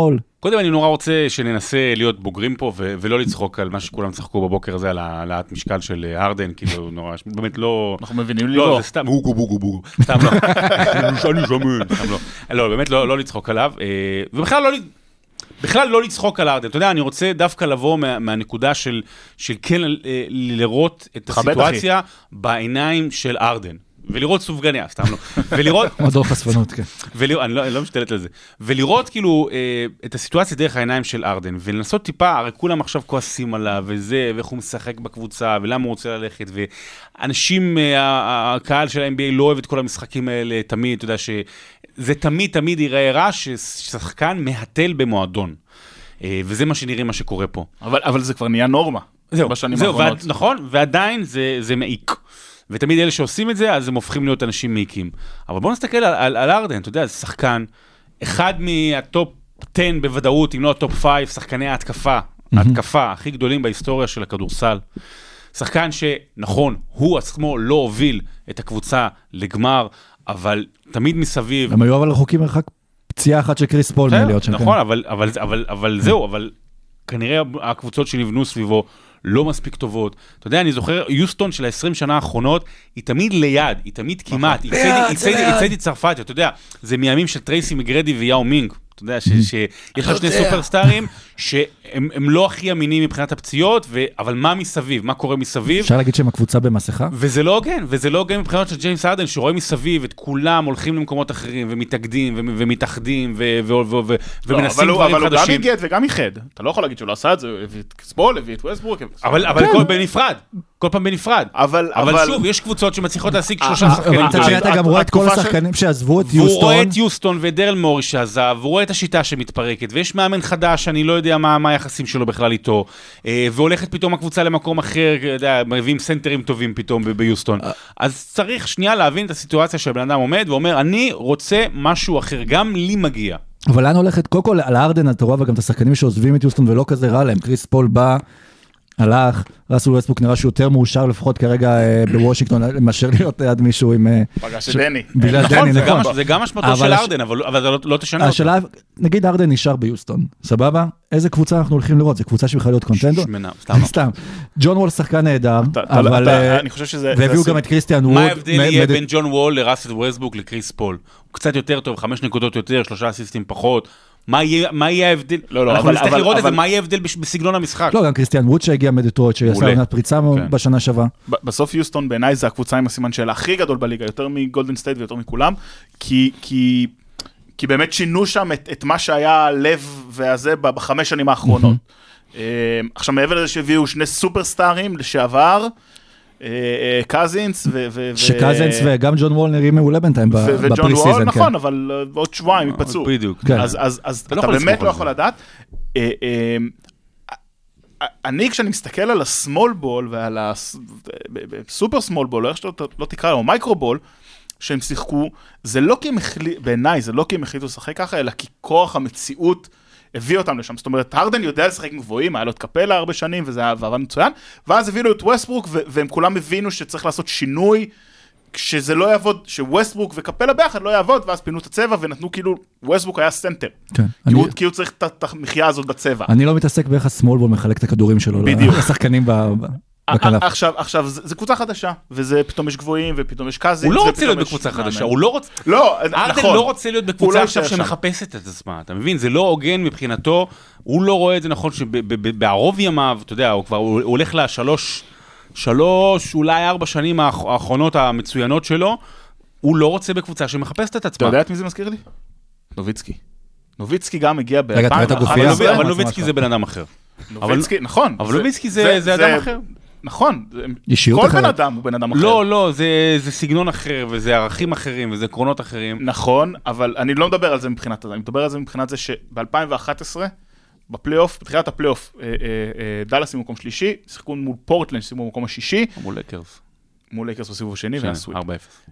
קודם אני נורא רוצה שננסה להיות בוגרים פה, ולא לצחוק על מה שכולם צחקו בבוקר הזה, על העלאת משקל של הרדן, כאילו נורא, באמת לא... אנחנו מבינים לי לא. לא. זה סתם, בוגו, בוגו, בוגו. סתם לא. אני שמן, סתם לא. לא, באמת לא לצחוק עליו, ובכלל לא... בכלל לא לצחוק על ארדן. אתה יודע, אני רוצה דווקא לבוא מה, מהנקודה של, של כן לראות את הסיטואציה בעיניים של ארדן. ולראות סופגניה, סתם לא. ולראות... מדור חשפנות, כן. ולראות, אני לא, אני לא משתלט על זה. ולראות כאילו את הסיטואציה דרך העיניים של ארדן, ולנסות טיפה, הרי כולם עכשיו כועסים עליו, וזה, ואיך הוא משחק בקבוצה, ולמה הוא רוצה ללכת, ואנשים, הקהל של ה-אן בי איי לא אוהב את כל המשחקים האלה, תמיד, אתה יודע ש... זה תמיד תמיד ייראה רע ששחקן מהטל במועדון. וזה מה שנראה מה שקורה פה. אבל, אבל זה כבר נהיה נורמה. זהו, בשנים זהו, האחרונות. ועד, נכון, ועדיין זה, זה מעיק. ותמיד אלה שעושים את זה, אז הם הופכים להיות אנשים מעיקים. אבל בואו נסתכל על, על, על ארדן, אתה יודע, זה שחקן, אחד מהטופ עשר בוודאות, אם לא הטופ חמש, שחקני ההתקפה, ההתקפה הכי גדולים בהיסטוריה של הכדורסל. שחקן שנכון, הוא עצמו לא הוביל את הקבוצה לגמר, אבל תמיד מסביב... הם היו אבל רחוקים מרחק פציעה אחת של קריס פול מלהיות שם. נכון, אבל, אבל, אבל, אבל זהו, אבל כנראה הקבוצות שנבנו סביבו לא מספיק טובות. אתה יודע, אני זוכר, יוסטון של ה-עשרים שנה האחרונות, היא תמיד ליד, היא תמיד כמעט, היא צרפת, אתה יודע, זה מימים של טרייסי מגרדי ויאו מינג. אתה יודע, שיש לך שני סופרסטארים שהם לא הכי אמינים מבחינת הפציעות, אבל מה מסביב? מה קורה מסביב? אפשר להגיד שהם הקבוצה במסכה? וזה לא הוגן, וזה לא הוגן מבחינת של ג'יימס ארדן, שרואה מסביב את כולם הולכים למקומות אחרים, ומתאגדים, ומתאחדים, ומנסים דברים חדשים. אבל הוא גם הגיע וגם ייחד. אתה לא יכול להגיד שהוא לא עשה את זה, הוא הביא את ספול, הביא את ווסטברוק. אבל כל בנפרד. כל פעם בנפרד. אבל שוב, יש קבוצות שמצליחות להשיג שלושה שחקנים. אתה גם רואה את כל השחקנים שעזבו את יוסטון. והוא רואה את יוסטון ודרל מורי שעזב, והוא רואה את השיטה שמתפרקת, ויש מאמן חדש, אני לא יודע מה היחסים שלו בכלל איתו, והולכת פתאום הקבוצה למקום אחר, מביאים סנטרים טובים פתאום ביוסטון. אז צריך שנייה להבין את הסיטואציה שהבן אדם עומד, ואומר, אני רוצה משהו אחר, גם לי מגיע. אבל לאן הולכת? קודם כל, על הארדן, אתה רואה, וגם את השחקנים שעוזבים את יוסטון, ולא כזה רע להם. קריס פול בא, הלך, ראסל ווסטברוק נראה שהוא יותר מאושר, לפחות כרגע בוושינגטון, מאשר להיות ליד מישהו עם... פגש את דני. בגלל דני, נכון. זה גם אשמתו של ארדן, אבל זה לא תשנה אותו. השאלה, נגיד ארדן נשאר ביוסטון, סבבה? איזה קבוצה אנחנו הולכים לראות? זו קבוצה שבכלל להיות קונטנדור? סתם. ג'ון וול שחקן נהדר, אבל... אני חושב שזה... והביאו גם את קריסטיאן ווד. מה ההבדל יהיה בין ג'ון וול לראסל ווסטברוק לקריס פול? הוא קצת יותר טוב, חמש נקודות יותר, שלושה אסיסטים פחות. מה יהיה ההבדל? לא, לא, אנחנו אבל... נצטרך לראות את זה, מה יהיה ההבדל בסגנון המשחק? לא, גם קריסטיאן ווד שהגיע מדטרויט, שיעשה עונת פריצה בשנה שעברה. בסוף יוסטון בעיניי זה הקבוצה עם הסימן שאלה הכי גדול בליגה, יותר מגולדן סטייט ויותר מכולם, כי, כי, כי באמת שינו שם את, את מה שהיה הלב והזה בחמש שנים האחרונות. עכשיו, מעבר לזה שהביאו שני סופרסטארים לשעבר, קזינס ו... שקזינס וגם ג'ון וול נראים מעולה בינתיים בפרי סיזן. וג'ון וול, נכון, אבל עוד שבועיים יפצעו. בדיוק. אז אתה באמת לא יכול לדעת. אני, כשאני מסתכל על הסמול בול ועל הסופר סמול בול, או איך שלא תקרא לו, מייקרו בול, שהם שיחקו, זה לא כי הם החליטו, בעיניי, זה לא כי הם החליטו לשחק ככה, אלא כי כוח המציאות הביא אותם לשם. זאת אומרת, הרדן יודע לשחק עם גבוהים, היה לו את קפלה הרבה שנים, וזה היה עבד מצוין, ואז הביאו את ווסטברוק, והם כולם הבינו שצריך לעשות שינוי, כשזה לא יעבוד, שווסטברוק וקפלה ביחד לא יעבוד, ואז פינו את הצבע, ונתנו כאילו, ווסטברוק היה סנטר. כי הוא צריך את המחיה הזאת בצבע. אני לא מתעסק באיך הסמולבול מחלק את הכדורים שלו, לשחקנים בכנף. עכשיו, עכשיו, זה קבוצה חדשה, וזה פתאום יש גבוהים, ופתאום יש קזינס. הוא לא רוצה להיות בקבוצה חדשה, הוא לא רוצה... לא, ארדן לא רוצה להיות בקבוצה עכשיו שמחפשת את עצמה, אתה מבין? זה לא הוגן מבחינתו, הוא לא רואה את זה נכון שבערוב ימיו, אתה יודע, הוא כבר הולך לשלוש, שלוש, אולי ארבע שנים האחרונות המצוינות שלו, הוא לא רוצה בקבוצה שמחפשת את עצמה. אתה יודע את מי זה מזכיר לי? נוביצקי. נוביצקי גם הגיע ב-אלפיים. אבל נוביצקי זה בן אדם אחר. נוביצקי, נכון. אבל נוביצקי זה אדם אחר. נכון, כל בן אדם הוא בן אדם אחר. לא, לא, זה סגנון אחר, וזה ערכים אחרים, וזה עקרונות אחרים. נכון, אבל אני לא מדבר על זה מבחינת זה, אני מדבר על זה מבחינת זה שב-אלפיים ואחת עשרה, בפלייאוף, בתחילת הפלייאוף, דלס עם מקום שלישי, שיחקו מול פורטלנד, שיחקו במקום השישי. מול לייקרס. מול לייקרס בסיבוב השני, ועשו. ארבע אפס.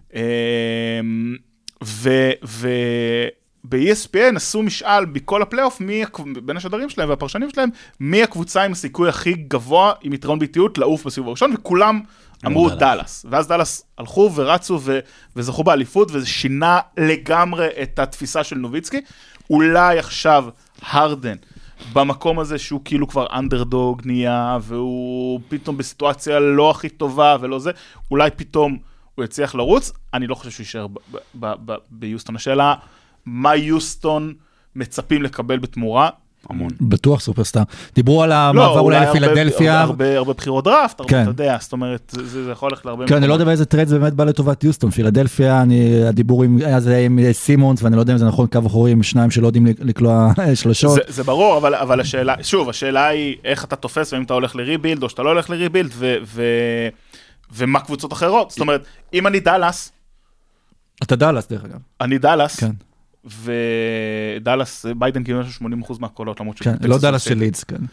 ו... ב-E S P N עשו משאל בכל הפלייאוף, בין השדרים שלהם והפרשנים שלהם, מי הקבוצה עם הסיכוי הכי גבוה, עם יתרון ביתיות, לעוף בסיבוב הראשון, וכולם אמרו דלס. ואז דלס הלכו ורצו וזכו באליפות, וזה שינה לגמרי את התפיסה של נוביצקי. אולי עכשיו הרדן, במקום הזה שהוא כאילו כבר אנדרדוג נהיה, והוא פתאום בסיטואציה לא הכי טובה ולא זה, אולי פתאום הוא יצליח לרוץ, אני לא חושב שהוא יישאר ביוסטון. השאלה, מה יוסטון מצפים לקבל בתמורה? המון. בטוח סופרסטאר. דיברו על המעבר אולי לפילדלפיה. הרבה בחירות דראפט, אתה יודע, זאת אומרת, זה יכול ללכת להרבה... כן, אני לא יודע באיזה טרייד זה באמת בא לטובת יוסטון. פילדלפיה, הדיבור עם סימונס, ואני לא יודע אם זה נכון, קו אחורי עם שניים שלא יודעים לקלוע שלושות. זה ברור, אבל השאלה, שוב, השאלה היא איך אתה תופס, ואם אתה הולך לריבילד, או שאתה לא הולך לריבילד, ומה קבוצות אחרות. זאת אומרת, אם אני דלס... אתה דלס, דרך אגב. אני דלס. כן. ודלס, ביידן קיבל שמונים אחוז מהקולות, למרות כן, לא דלס של לידס, כן.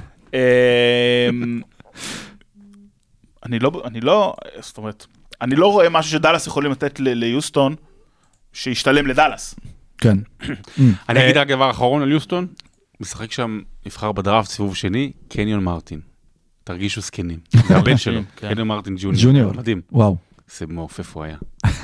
אני לא, אני לא, זאת אומרת, אני לא רואה משהו שדלס יכולים לתת ליוסטון, שישתלם לדלס. כן. אני אגיד רק דבר אחרון על יוסטון, משחק שם, נבחר בדראפט סיבוב שני, קניון מרטין. תרגישו סקנים. זה הבן שלו, קניון מרטין ג'וניור. ג'וניור. מדהים. וואו. זה מעופף הוא היה.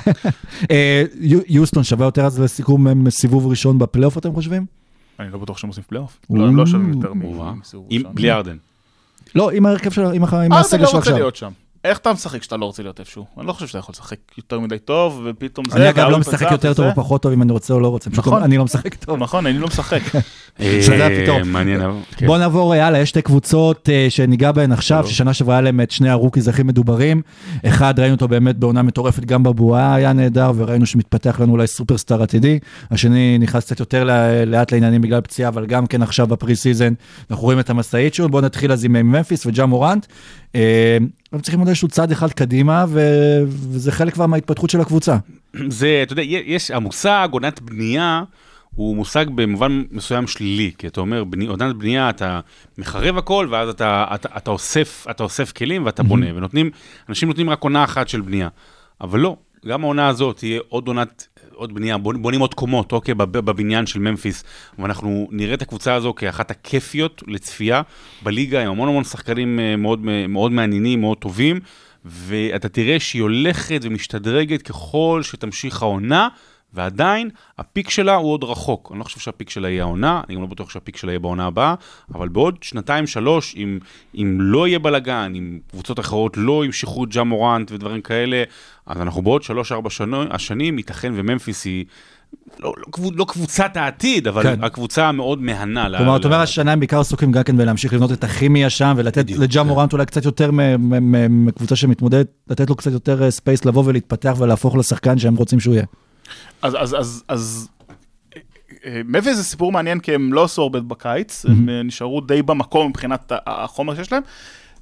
יוסטון שווה יותר אז לסיכום סיבוב ראשון בפלייאוף, אתם חושבים? אני לא בטוח שהם עושים פלייאוף. לא שווים יותר מסיבוב ראשון. בלי ארדן. לא, עם ההרכב שלו, עם הסגל שלו עכשיו. ארדן לא רוצה להיות שם. איך אתה משחק שאתה לא רוצה להיות איפשהו? אני לא חושב שאתה יכול לשחק יותר מדי טוב, ופתאום זה... אני אגב לא משחק יותר טוב או פחות טוב אם אני רוצה או לא רוצה. נכון. אני לא משחק טוב. נכון, אני לא משחק. שזה הפתאום. מעניין. בוא נעבור, יאללה, יש שתי קבוצות שניגע בהן עכשיו, ששנה שעברה היה להם את שני הרוקיז הכי מדוברים. אחד, ראינו אותו באמת בעונה מטורפת, גם בבועה היה נהדר, וראינו שמתפתח לנו אולי סופרסטאר עתידי. השני נכנס קצת יותר לאט לעניינים בגלל פציעה, אבל גם כן עכשיו בפרי סיזן, אנחנו רואים את המסעית שלו. בוא נתחיל אז עם ממפיס וג'ה מורנט. הם צריכים עוד איזשהו צעד אחד קדימה, וזה חלק כבר מההתפתחות של הקבוצה. זה, אתה יודע, יש, המושג עונת בנייה, הוא מושג במובן מסוים שלילי, כי אתה אומר, עונת בנייה, אתה מחרב הכל, ואז אתה, אתה, אתה אוסף, אתה אוסף כלים ואתה בונה, ונותנים, אנשים נותנים רק עונה אחת של בנייה. אבל לא, גם העונה הזאת תהיה עוד עונת, עוד בנייה, בונים עוד קומות, אוקיי, בבניין של ממפיס, ואנחנו נראה את הקבוצה הזו כאחת הכיפיות לצפייה בליגה, עם המון המון שחקנים מאוד, מאוד מעניינים, מאוד טובים, ואתה תראה שהיא הולכת ומשתדרגת ככל שתמשיך העונה, ועדיין הפיק שלה הוא עוד רחוק. אני לא חושב שהפיק שלה יהיה העונה, אני גם לא בטוח שהפיק שלה יהיה בעונה הבאה, אבל בעוד שנתיים, שלוש, אם, אם לא יהיה בלגן, אם קבוצות אחרות לא ימשכו ג'ה מורנט ודברים כאלה, אז אנחנו בעוד שלוש, ארבע השנים, ייתכן וממפיס היא לא, לא, לא קבוצת העתיד, אבל כן. הקבוצה המאוד מהנה. כלומר, אתה אומר, השנה הם בעיקר עסוקים גם כן ולהמשיך לבנות את הכימיה שם, ולתת לג'ה מורנט אולי קצת יותר מקבוצה שמתמודדת, לתת לו קצת יותר ספייס לבוא ולהתפתח ולהפוך לשחקן שהם רוצים שהוא יהיה. אז, אז, אז, אז, ממפיס זה סיפור מעניין, כי הם לא עשו הרבה בקיץ, הם נשארו די במקום מבחינת החומר שיש להם.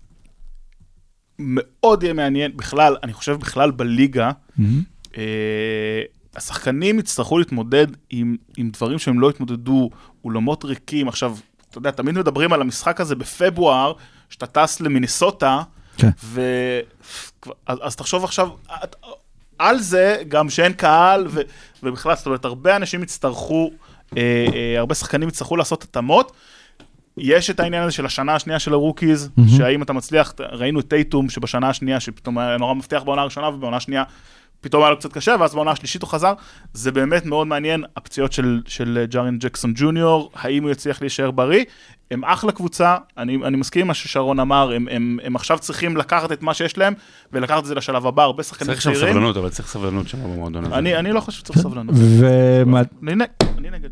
מאוד יהיה מעניין, בכלל, אני חושב בכלל בליגה, השחקנים יצטרכו להתמודד עם, עם דברים שהם לא התמודדו, אולמות ריקים. עכשיו, אתה יודע, תמיד מדברים על המשחק הזה בפברואר, שאתה טס למיניסוטה, ו... אז, אז תחשוב עכשיו... על זה, גם שאין קהל, ו, ובכלל, זאת אומרת, הרבה אנשים יצטרכו, אה, אה, הרבה שחקנים יצטרכו לעשות התאמות. יש את העניין הזה של השנה השנייה של הרוקיז, mm-hmm. שהאם אתה מצליח, ראינו את טייטום, שבשנה השנייה, שפתאום היה נורא מבטיח בעונה הראשונה, ובעונה השנייה פתאום היה לו קצת קשה, ואז בעונה השלישית הוא חזר. זה באמת מאוד מעניין, הפציעות של, של ג'ארן ג'קסון ג'וניור, האם הוא יצליח להישאר בריא. הם אחלה קבוצה, אני, אני מסכים עם מה ששרון אמר, הם, הם, הם עכשיו צריכים לקחת את מה שיש להם, ולקחת את זה לשלב הבא, הרבה שחקנים צעירים. צריך שם סבלנות, אבל צריך סבלנות שם במועדון הזה. אני, אני לא חושב שצריך סבלנות. אני נגד.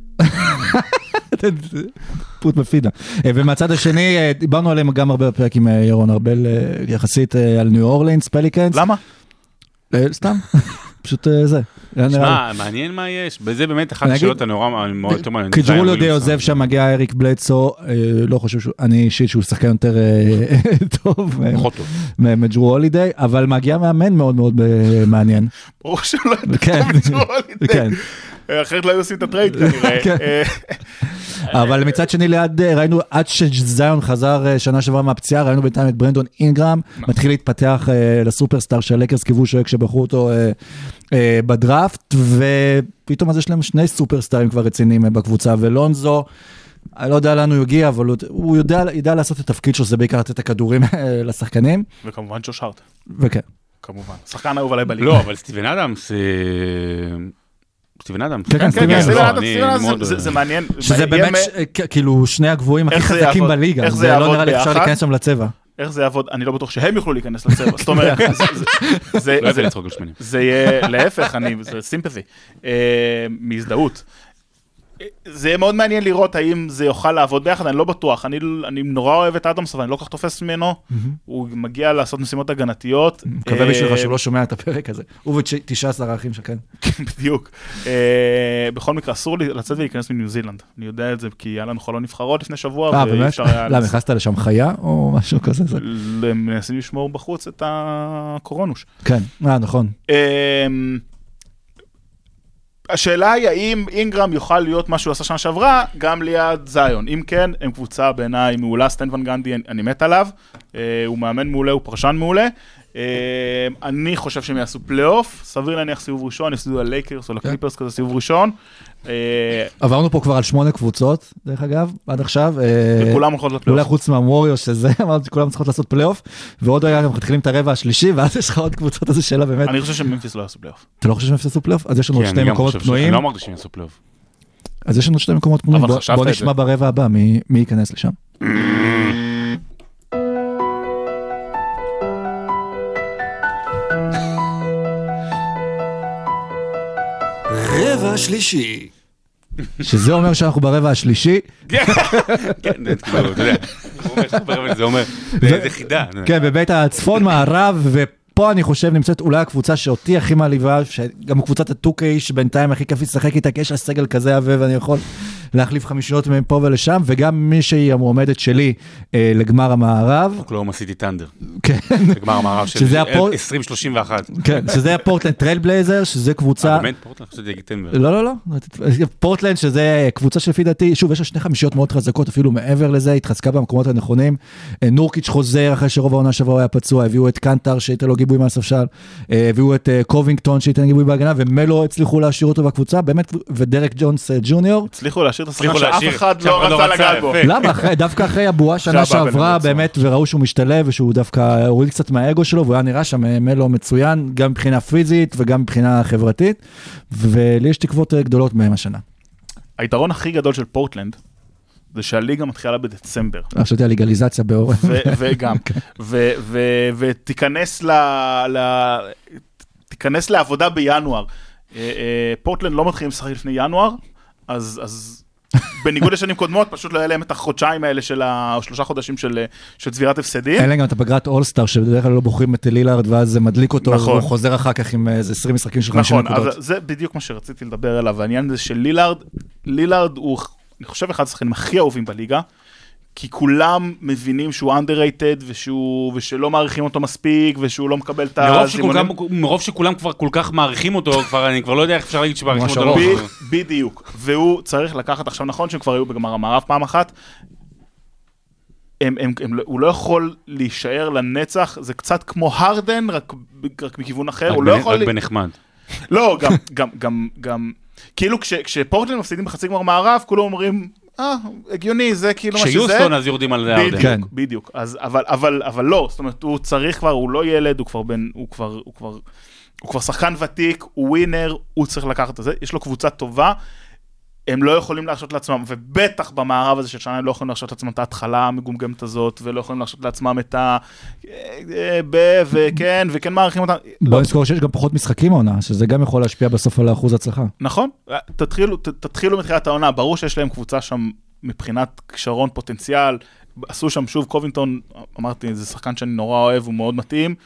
פוט בפידה. ומהצד השני, דיברנו עליהם גם הרבה בפרק עם ירון ארבל, יחסית על ניו אורלינס, פליקנס. למה? סתם, פשוט זה. שמע, מעניין מה יש, בזה באמת אחת השאלות הנורא מאוד יותר מעניין. כי ג'רול די עוזב שם, מגיע אריק בלדסו, לא חושב, אני אישית שהוא שחקן יותר טוב, פחות טוב, מג'רו הולידי, אבל מגיע מאמן מאוד מאוד מעניין. ברור שלא יודע מג'רו הולידי. אחרת לא היו עושים את הטרייד כנראה. אבל מצד שני ליד, ראינו עד שזיון חזר שנה שעברה מהפציעה, ראינו בינתיים את ברנדון אינגרם, מתחיל להתפתח לסופרסטאר של לקרס, קיוו שואק שבחרו אותו בדראפט, ופתאום אז יש להם שני סופרסטארים כבר רציניים בקבוצה, ולונזו, אני לא יודע לאן הוא יגיע, אבל הוא יודע, יודע לעשות את התפקיד שלו, זה בעיקר לתת את הכדורים לשחקנים. וכמובן ג'וש הארט. וכן. כמובן. שחקן אהוב עליי בליגה. לא, אבל סטיבן אדמס... סטיבן אדם. כן, כן, כן, סטיבן סטיבן אדם. אדם, סטיבן אדם, זה- זה מעניין. שזה יהיה באמת, מ- ש- כ- כאילו, שני הגבוהים הכי איך זה חזקים יעבוד- בליגה. איך זה זה לא יעבוד נראה לי אפשר ביחד? להיכנס שם לצבע. איך זה יעבוד? אני לא בטוח שהם יוכלו להיכנס לצבע. זאת אומרת, זה- זה- זה- לא יפה זה- לצחוק על שמנים. זה יהיה, להפך, אני, זה סימפתי, אה, מהזדהות. זה יהיה מאוד מעניין לראות האם זה יוכל לעבוד ביחד, אני לא בטוח, אני, אני נורא אוהב את אדמס, אבל אני לא כך תופס ממנו, הוא מגיע לעשות משימות הגנתיות. מקווה אה, בשבילך שהוא לא שומע את הפרק הזה. הוא ותשעה עשר האחים שכן. בדיוק. אה, בכל מקרה, אסור לי לצאת ולהיכנס מניו זילנד. אני יודע את זה, כי היה לנו חלון נבחרות לפני שבוע, אה, ואי באמת? אפשר היה... למה, נכנסת לשם חיה או משהו כזה? זה- הם מנסים לשמור בחוץ את הקורונוש. כן, אה, נכון. אמ, השאלה היא האם אינגרם יוכל להיות מה שהוא עשה שנה שעברה, גם ליד זיון. אם כן, הם קבוצה בעיניי מעולה, סטן ון גנדי, אני מת עליו, אה, הוא מאמן מעולה, הוא פרשן מעולה. אה, אני חושב שהם יעשו פלייאוף, סביר להניח סיבוב ראשון, יפסידו ללייקרס או לקליפרס כזה סיבוב ראשון. אה, עברנו פה כבר על שמונה קבוצות, דרך אגב, עד עכשיו. אה, וכולם הולכות אולי לפלייאוף. חוץ מהווריורס שזה, אמרתי שכולם צריכות לעשות פלייאוף, ועוד רגע גם מתחילים את הרבע השלישי, ואז יש לך עוד קבוצות, אז שאלה באמת. אני חושב שממפיס לא יעשו פלייאוף. אתה לא חושב שהם יעשו פלייאוף? אז יש לנו עוד כן, שתי אני גם מקומות חושב ש- פנויים. אני לא אמרתי שהם יעשו פלייאוף. אז יש לנו עוד שתי מקומות פנויים. אבל בוא- חשבת בוא את נשמע זה. ברבע הבא מי מי ייכנס לשם. רבע שלישי. שזה אומר שאנחנו ברבע השלישי. כן, זה כאילו, אתה יודע, הוא אומר שברבע זה אומר, זה זה חידה. כן, בבית הצפון מערב, ופה אני חושב נמצאת אולי הקבוצה שאותי הכי מעליבה, שגם קבוצת הטוקיי שבינתיים הכי כיף לשחק איתה, כי יש לה סגל כזה עבה ואני יכול להחליף חמישיות מפה ולשם, וגם מי שהיא המועמדת שלי אה, לגמר המערב. אוקלהומה סיטי טנדר. כן. בגמר המערב של שזה הפורט- עשרים שלושים ואחת. כן, שזה הפורטלנד טרייל בלייזר, שזה קבוצה... אה, באמת? פורטלנד? חשבתי להגיד טנבר. לא, לא, לא. פורטלנד, שזה קבוצה שלפי דעתי, שוב, יש לה שני חמישיות מאוד חזקות, אפילו מעבר לזה, התחזקה במקומות הנכונים. נורקיץ' חוזר אחרי שרוב העונה שעברה הוא היה פצוע, הביאו את קנטר שייתן לו גיבוי מהספסל, הביאו את קובינגטון שייתן גיבוי בהגנה, ומלו הצליחו להשאיר אותו בקבוצה, באמת, ודרק ג'ונס ג'וניור. הצליחו להשאיר את השחקן הצליחו שאף להשאיר, אחד שאף אחד לא לא רצה רצה, לגעת בו. יפה. למה? אחרי- דווקא אחרי הבועה שנה אחרי הבאבל שעברה, בעצמו. באמת, וראו שהוא משתלב, ושהוא דווקא הוריד קצת מהאגו שלו, והוא היה נראה שם מלו מצוין, גם מבחינה פיזית וגם מבחינה חברתית, ולי יש תקוות גדולות מהם השנה. היתרון הכי גדול של פורטלנד, זה שהליגה מתחילה בדצמבר. חשבתי על לגליזציה באורן. ו- וגם, ו- ו- ותיכנס ל... ל- תיכנס לעבודה בינואר. אה, אה, פורטלנד לא מתחילים לשחק לפני ינואר, אז, אז בניגוד לשנים קודמות, פשוט לא היה להם את החודשיים האלה של ה... או שלושה חודשים של, של צבירת הפסדים. אין להם גם את הפגרת אולסטאר, שבדרך כלל לא בוחרים את לילארד, ואז זה מדליק אותו, נכון. והוא חוזר אחר כך עם איזה עשרים משחקים של חמישים נכון, נקודות. אז זה בדיוק מה שרציתי לדבר עליו, העניין הזה של לילארד, לילארד הוא, אני חושב, אחד השחקנים הכי אהובים בליגה, כי כולם מבינים שהוא underrated, ושהוא, ושלא מעריכים אותו מספיק, ושהוא לא מקבל את מרוב הזימונים. שכולם- מרוב שכולם כבר כל כך מעריכים אותו, כבר אני כבר לא יודע איך אפשר להגיד שמעריכים ממש אותו. לא. ארוך. ב- בדיוק, והוא צריך לקחת עכשיו, נכון שהם כבר היו בגמר המערב פעם אחת, הם, הם, הם, הוא לא יכול להישאר לנצח, זה קצת כמו הרדן, רק, רק מכיוון אחר, רק הוא לא בנ- יכול... רק ל- בנחמד. לא, גם, גם, גם, גם, כאילו כש, כשפורטלנד מפסידים בחצי גמר מערב, כולם אומרים, אה, הגיוני, זה כאילו מה שזה. כשיוסטון אז יורדים על הארדן. בדיוק, כן. בדיוק. אז, אבל, אבל, אבל לא, זאת אומרת, הוא צריך כבר, הוא לא ילד, הוא כבר בן, הוא כבר, הוא כבר, הוא כבר שחקן ותיק, הוא ווינר, הוא צריך לקחת את זה, יש לו קבוצה טובה, הם לא יכולים להרשות לעצמם, ובטח במערב הזה של שנה הם לא יכולים להרשות לעצמם את ההתחלה המגומגמת הזאת, ולא יכולים להרשות לעצמם את ה... ב... וכן, וכן מעריכים אותם. בוא לא, נזכור שיש גם פחות משחקים העונה, שזה גם יכול להשפיע בסוף על האחוז הצלחה. נכון, תתחילו, ת- תתחילו מתחילת העונה, ברור שיש להם קבוצה שם מבחינת כישרון פוטנציאל, עשו שם שוב קובינגטון, אמרתי, זה שחקן שאני נורא אוהב, הוא מאוד מתאים.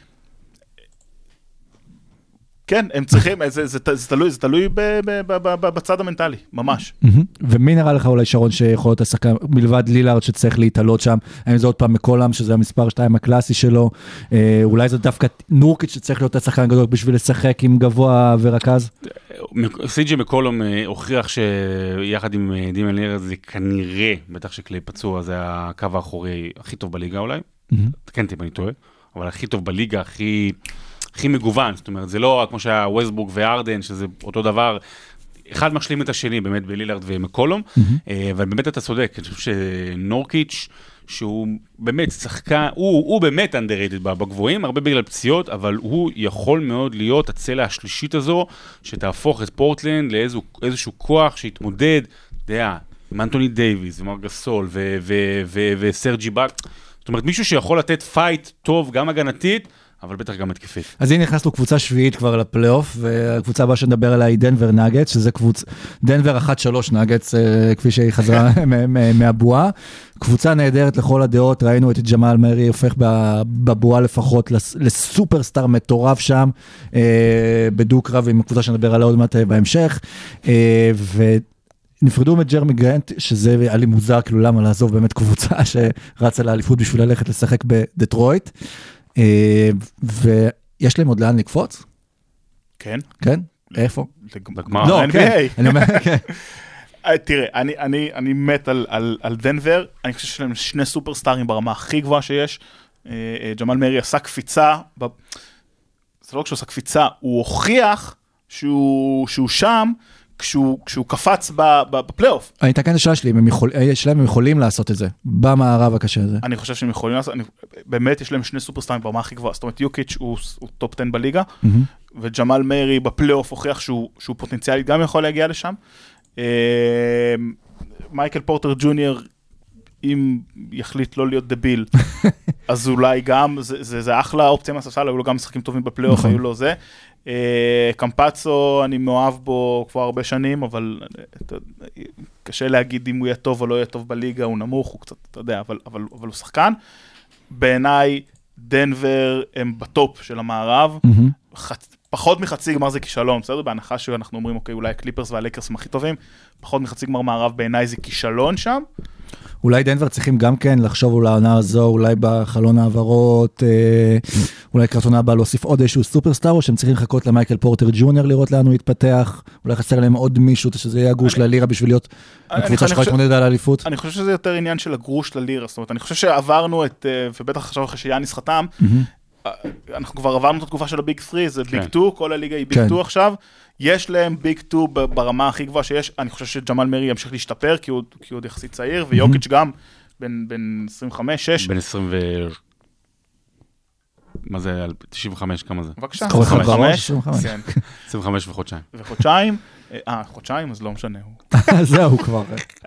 כן, הם צריכים, זה, זה, זה תלוי, זה תלוי ב, ב, ב, ב, ב, בצד המנטלי, ממש. ומי נראה לך אולי שרון שיכול להיות השחקן, מלבד לילארד שצריך להתעלות שם, האם זה עוד פעם מקולם, שזה המספר שתיים הקלאסי שלו, אה, אולי זה דווקא נורקיץ' שצריך להיות השחקן גדול בשביל לשחק עם גבוה ורכז? סי.ג'י מקולום אה, הוכיח שיחד עם אה, דימן לילארד זה כנראה, בטח שקלי פצוע, זה הקו האחורי הכי טוב בליגה אולי. תקן אותי אם אני טועה, אבל הכי טוב בליגה, הכי... הכי מגוון, זאת אומרת, זה לא כמו שהיה ווסטברוק וארדן, שזה אותו דבר, אחד משלים את השני, באמת בלילארד ומקולום, אבל באמת אתה צודק, אני חושב שנורקיץ', שהוא באמת שחקן, הוא, הוא באמת underrated בגבוהים, הרבה בגלל פציעות, אבל הוא יכול מאוד להיות הצלע השלישית הזו, שתהפוך את פורטלנד לאיזשהו כוח שיתמודד, דעה, עם אנטוני דייביס, ומרק גסול, וסרג'י באק, זאת אומרת, מישהו שיכול לתת פייט טוב, גם הגנתית, אבל בטח גם התקפית. אז הנה נכנסנו קבוצה שביעית כבר לפלייאוף, והקבוצה הבאה שנדבר עליה היא דנבר נאגטס, שזה קבוצה, דנבר אחת שלוש נאגטס, כפי שהיא חזרה מהבועה. קבוצה נהדרת לכל הדעות, ראינו את ג'מאל מרי הופך בבועה לפחות לסופרסטאר מטורף שם, בדוק רב עם הקבוצה שנדבר עליה עוד מעט בהמשך, ו... נפרדו מג'רמי גרנט, שזה היה לי מוזר, כאילו למה לעזוב באמת קבוצה שרצה לאליפות בשביל ללכת לשחק בדטרויט, ויש להם עוד לאן לקפוץ? כן. כן? איפה? בגמר. לא, כן. אני אומר, כן. תראה, אני, אני, אני מת על, על, על דנבר, אני חושב שיש להם שני סופרסטארים ברמה הכי גבוהה שיש, ג'מאל מרי עשה קפיצה, ב... זה לא כשהוא עשה קפיצה, הוא הוכיח שהוא, שהוא שם, כשהוא, כשהוא קפץ בפלייאוף. אני אתקן את השאלה שלי, יש להם, הם יכולים לעשות את זה, במערב הקשה הזה. אני חושב שהם יכולים לעשות, אני, באמת יש להם שני סופרסטארים ברמה הכי גבוהה, זאת אומרת יוקיץ' הוא, הוא טופ עשר בליגה, וג'מאל מרי בפלייאוף הוכיח שהוא, שהוא פוטנציאלית גם יכול להגיע לשם. מייקל פורטר ג'וניור, אם יחליט לא להיות דביל, אז אולי גם, זה, זה, זה אחלה אופציה מהספסל, היו לו גם משחקים טובים בפלייאוף, היו לו זה. קמפצו, אני מאוהב בו כבר הרבה שנים, אבל קשה להגיד אם הוא יהיה טוב או לא יהיה טוב בליגה, הוא נמוך, הוא קצת, אתה יודע, אבל, אבל, אבל הוא שחקן. בעיניי, דנבר הם בטופ של המערב, חצ... פחות מחצי גמר זה כישלון, בסדר? בהנחה שאנחנו אומרים, אוקיי, אולי הקליפרס והלקרס הם הכי טובים, פחות מחצי גמר מערב בעיניי זה כישלון שם. אולי דנבר צריכים גם כן לחשוב על העונה הזו, אולי בחלון העברות, אולי קרטונה הבא להוסיף עוד איזשהו סופרסטאר, או שהם צריכים לחכות למייקל פורטר ג'וניור לראות לאן הוא יתפתח, אולי חסר להם עוד מישהו, שזה יהיה הגרוש ללירה בשביל להיות הקבוצה שלך להתמודד על האליפות. אני חושב שזה יותר עניין של הגרוש ללירה, זאת אומרת, אני חושב שעברנו את, ובטח עכשיו אחרי שיאניס חתם, אנחנו כבר עברנו את התקופה של הביג שלוש, זה ביג שתיים, כל הליגה היא ביג שתיים עכשיו, יש להם ביג שתיים ברמה הכי גבוהה שיש, אני חושב שג'מאל מרי ימשיך להשתפר, כי הוא עוד יחסית צעיר, ויוקיץ' גם בין עשרים וחמש, שש. בין עשרים ו... מה זה? תשעים וחמש, כמה זה? בבקשה. עשרים וחמש. עשרים וחמש וחודשיים. וחודשיים. אה, חודשיים, אז לא משנה. זהו כבר.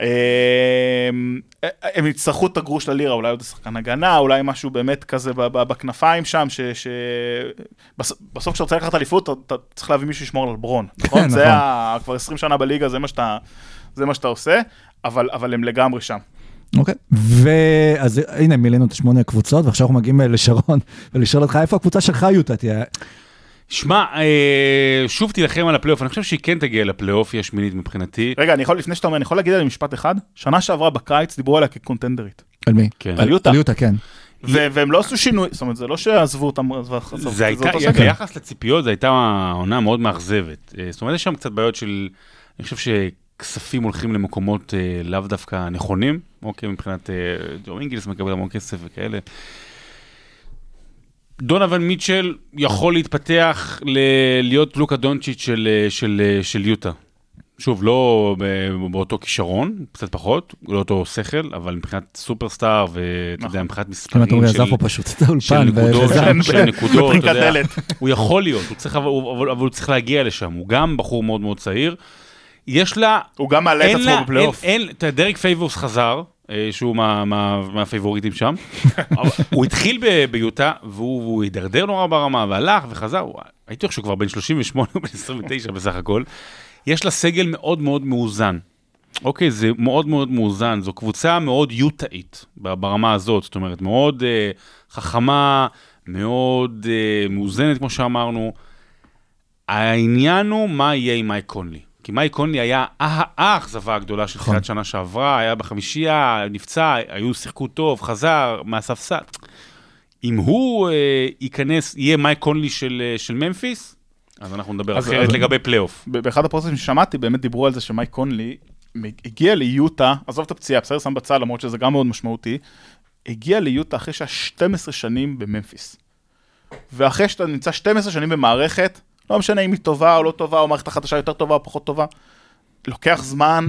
הם יצטרכו את הגרוש ללירה, אולי עוד שחקן הגנה, אולי משהו באמת כזה בכנפיים שם, שבסוף כשאתה רוצה לקחת אליפות, אתה צריך להביא מישהו שישמור על ברון, נכון? זה כבר עשרים שנה בליגה, זה מה שאתה עושה, אבל הם לגמרי שם. אוקיי, ואז הנה מילינו את שמונה הקבוצות, ועכשיו אנחנו מגיעים לשרון, ולשאול אותך, איפה הקבוצה שלך יוטה תהיה? שמע, שוב תילחם על הפלייאוף, אני חושב שהיא כן תגיע לפלייאוף, היא השמינית מבחינתי. רגע, אני יכול, לפני שאתה אומר, אני יכול להגיד עליה משפט אחד? שנה שעברה בקיץ דיברו עליה כקונטנדרית. על מי? על יוטה. על יוטה, כן. והם לא עשו שינוי, זאת אומרת, זה לא שעזבו אותם, זה הייתה, ביחס לציפיות, זו הייתה עונה מאוד מאכזבת. זאת אומרת, יש שם קצת בעיות של, אני חושב ש... כספים הולכים למקומות אה, לאו דווקא נכונים, אוקיי, מבחינת אה, ג'ו אינגילס מקבל המון כסף וכאלה. דונוון מיטשל יכול להתפתח ל- להיות לוקה דונצ'יץ' של, של, של יוטה. שוב, לא באותו כישרון, קצת פחות, לא אותו שכל, אבל מבחינת סופרסטאר, ואתה יודע, מבחינת מספרים של, של נקודות, של נקודות, אתה יודע, הוא יכול להיות, הוא צריך, אבל הוא צריך להגיע לשם, הוא גם בחור מאוד מאוד צעיר, יש לה... הוא גם מעלה את עצמו בפלייאוף. אין, אתה יודע, דרק פייבורס חזר, שהוא מהפייבוריטים שם, הוא התחיל ביוטה, והוא הידרדר נורא ברמה, והלך וחזר, הייתי חושב כבר בין שלושים ושמונה ובין עשרים ותשע בסך הכל, יש לה סגל מאוד מאוד מאוזן. אוקיי, זה מאוד מאוד מאוזן, זו קבוצה מאוד יוטאית ברמה הזאת, זאת אומרת, מאוד חכמה, מאוד מאוזנת, כמו שאמרנו. העניין הוא מה יהיה עם מייק קונלי. כי מייק קונלי היה האכזבה הגדולה של תחילת שנה שעברה, היה בחמישייה, נפצע, היו שיחקו טוב, חזר מהספסל. אם הוא אה, ייכנס, יהיה מייק קונלי של, של ממפיס, אז אנחנו נדבר אז, אחרת אז לגבי פלייאוף. באחד הפרוססים ששמעתי, באמת דיברו על זה שמייק קונלי הגיע ליוטה, עזוב את הפציעה, בסדר, שם בצד, למרות שזה גם מאוד משמעותי, הגיע ליוטה אחרי שתים עשרה שנים בממפיס. ואחרי שאתה נמצא שתים עשרה שנים במערכת, לא משנה אם היא טובה או לא טובה, או מערכת החדשה יותר טובה או פחות טובה, לוקח זמן,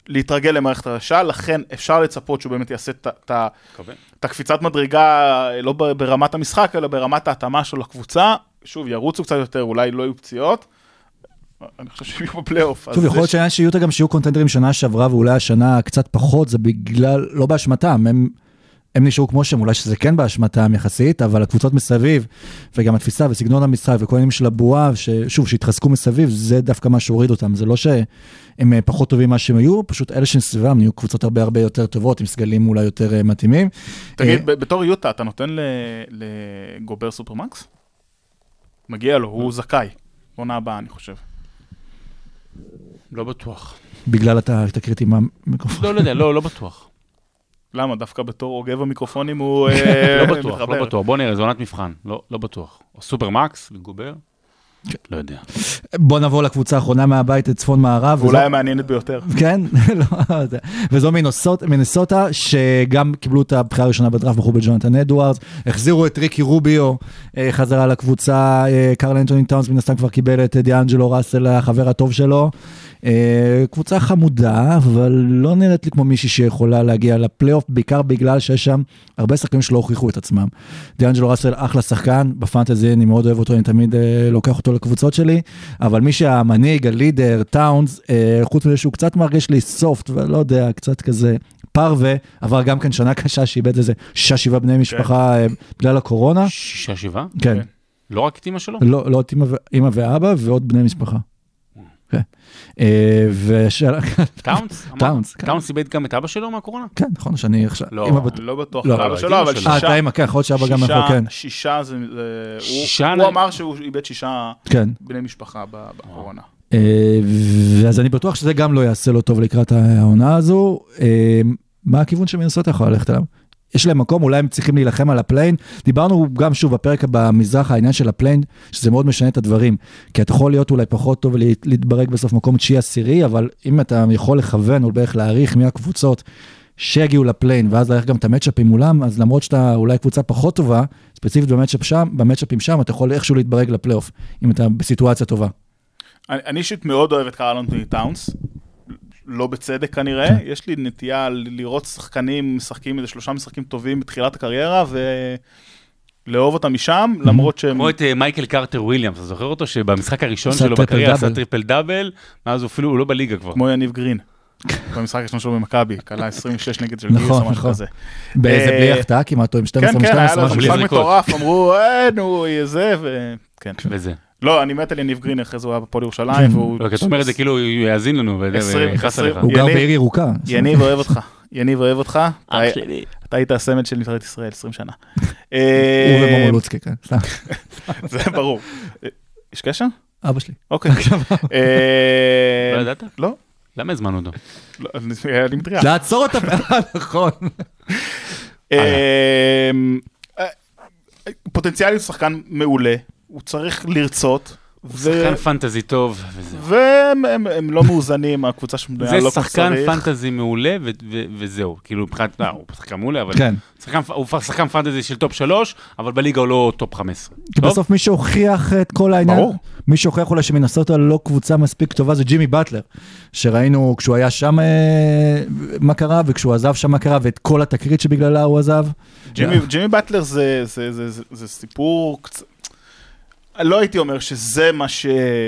להתרגל למערכת הרשע, לכן אפשר לצפות שהוא באמת יעשה את הקפיצת מדרגה, לא ברמת המשחק, אלא ברמת ההתאמה שלו לקבוצה, שוב, ירוצו קצת יותר, אולי לא יהיו פציעות, אני חושב שיהיו בפלייאוף. שוב, יכול להיות שעניין שיהיו גם שיהיו קונטנדרים שנה שעברה, ואולי השנה קצת פחות, זה בגלל, לא באשמתם, הם... הם נשארו כמו שהם, אולי שזה כן באשמתם יחסית, אבל הקבוצות מסביב, וגם התפיסה וסגנון המשחק, וכל העניינים של הבועה, ששוב, שהתחזקו מסביב, זה דווקא מה שהוריד אותם. זה לא שהם פחות טובים מה שהם היו, פשוט אלה שסביבם נהיו קבוצות הרבה הרבה יותר טובות, עם סגלים אולי יותר מתאימים. תגיד, בתור יוטה, אתה נותן לגובר סופרמקס? מגיע לו, הוא זכאי. עונה הבאה, אני חושב. לא בטוח. בגלל אתה קריטי מה מיקרופון? לא, לא יודע, לא, לא בטוח. למה? דווקא בתור עוגב המיקרופונים הוא לא בטוח, לא בטוח. בוא נראה, זו עונת מבחן. לא בטוח. סופרמקס, לגובר? לא יודע. בוא נבוא לקבוצה האחרונה מהבית לצפון מערב. ואולי המעניינת ביותר. כן? וזו מינסוטה, שגם קיבלו את הבחירה הראשונה בדראפט, בחרו בג'ונתן אדוארדס, החזירו את ריקי רוביו, חזרה לקבוצה, קרל אנטוני טאונס, מן הסתם כבר קיבל את דיאנג'לו ראסל, החבר הטוב שלו. קבוצה חמודה, אבל לא נראית לי כמו מישהי שיכולה להגיע לפלייאוף, בעיקר בגלל שיש שם הרבה שחקנים שלא הוכיחו את עצמם. דיאנג'לו ראסל אחלה שחקן, בפנטזי אני מאוד אוהב אותו, אני תמיד לוקח אותו לקבוצות שלי, אבל מי שהמנהיג, הלידר, טאונס, חוץ מזה שהוא קצת מרגיש לי סופט, ולא יודע, קצת כזה פרווה, עבר גם כן שנה קשה, שאיבד איזה שישה שבעה בני משפחה בגלל הקורונה. שישה שבעה? כן. לא רק את אמא שלו? לא, לא את אמא ואבא, ועוד בני משפחה. טאונס? טאונס איבד גם את אבא שלו מהקורונה? כן, נכון, שאני עכשיו... לא בטוח, אבא שלו, אבל שישה... אה, אתה אמא, כן, יכול שאבא גם יכול, כן. שישה זה... הוא אמר שהוא איבד שישה בני משפחה בקורונה. ואז אני בטוח שזה גם לא יעשה לו טוב לקראת העונה הזו. מה הכיוון שמנסות יכולה ללכת אליו? יש להם מקום, אולי הם צריכים להילחם על הפליין. דיברנו גם שוב בפרק במזרח, העניין של הפליין, שזה מאוד משנה את הדברים. כי אתה יכול להיות אולי פחות טוב להתברג בסוף מקום תשיעי עשירי, אבל אם אתה יכול לכוון או בערך להעריך מי הקבוצות שהגיעו לפליין, ואז להעריך גם את המאצ'אפים מולם, אז למרות שאתה אולי קבוצה פחות טובה, ספציפית במאצ'אפ שם, במאצ'אפים שם, אתה יכול איכשהו להתברג לפלייאוף, אם אתה בסיטואציה טובה. אני אישית מאוד אוהב את קרל אנטוני טאונס. לא בצדק כנראה, יש לי נטייה לראות שחקנים, משחקים איזה שלושה משחקים טובים בתחילת הקריירה, ולאהוב אותם משם, למרות שהם... כמו את מייקל קרטר וויליאמס, אתה זוכר אותו שבמשחק הראשון שלו בקריירה עשה טריפל דאבל, מאז אפילו הוא לא בליגה כבר. כמו יניב גרין, במשחק הראשון שלו במכבי, קלה עשרים ושש נגד של גירס או משהו כזה. באיזה בלי החטאה כמעט, או עם שתים עשרה כן, כן, היה לו משחק מטורף, אמרו, אה, נו, יהיה זה, וכן. וזה. לא, אני מת על יניב גרין, אחרי זה הוא היה בפועל ירושלים, והוא... לא, כי אתה אומר את זה כאילו, הוא יאזין לנו, ויחס עליך. הוא גר בעיר ירוקה. יניב אוהב אותך, יניב אוהב אותך. אתה היית הסמל של נבחרת ישראל, עשרים שנה. הוא ומומו לוצקי, כן. זה ברור. יש קשר? אבא שלי. אוקיי. לא ידעת? לא. למה הזמנו אותו? אני מתריע. לעצור אותה, נכון. פוטנציאלי הוא שחקן מעולה. הוא צריך לרצות. הוא שחקן פנטזי טוב, וזהו. והם לא מאוזנים, הקבוצה שמדויה לא זה שחקן פנטזי מעולה, וזהו. כאילו, הוא שחקן מעולה, אבל... הוא שחקן פנטזי של טופ שלוש, אבל בליגה הוא לא טופ חמש עשרה. כי בסוף מי שהוכיח את כל העניין, מי שהוכיח אולי שמנסוטה לא קבוצה מספיק טובה, זה ג'ימי באטלר, שראינו כשהוא היה שם מה קרה, וכשהוא עזב שם מה קרה, ואת כל התקרית שבגללה הוא עזב. ג'ימי באטלר זה סיפור קצת... לא הייתי אומר שזה מה ש...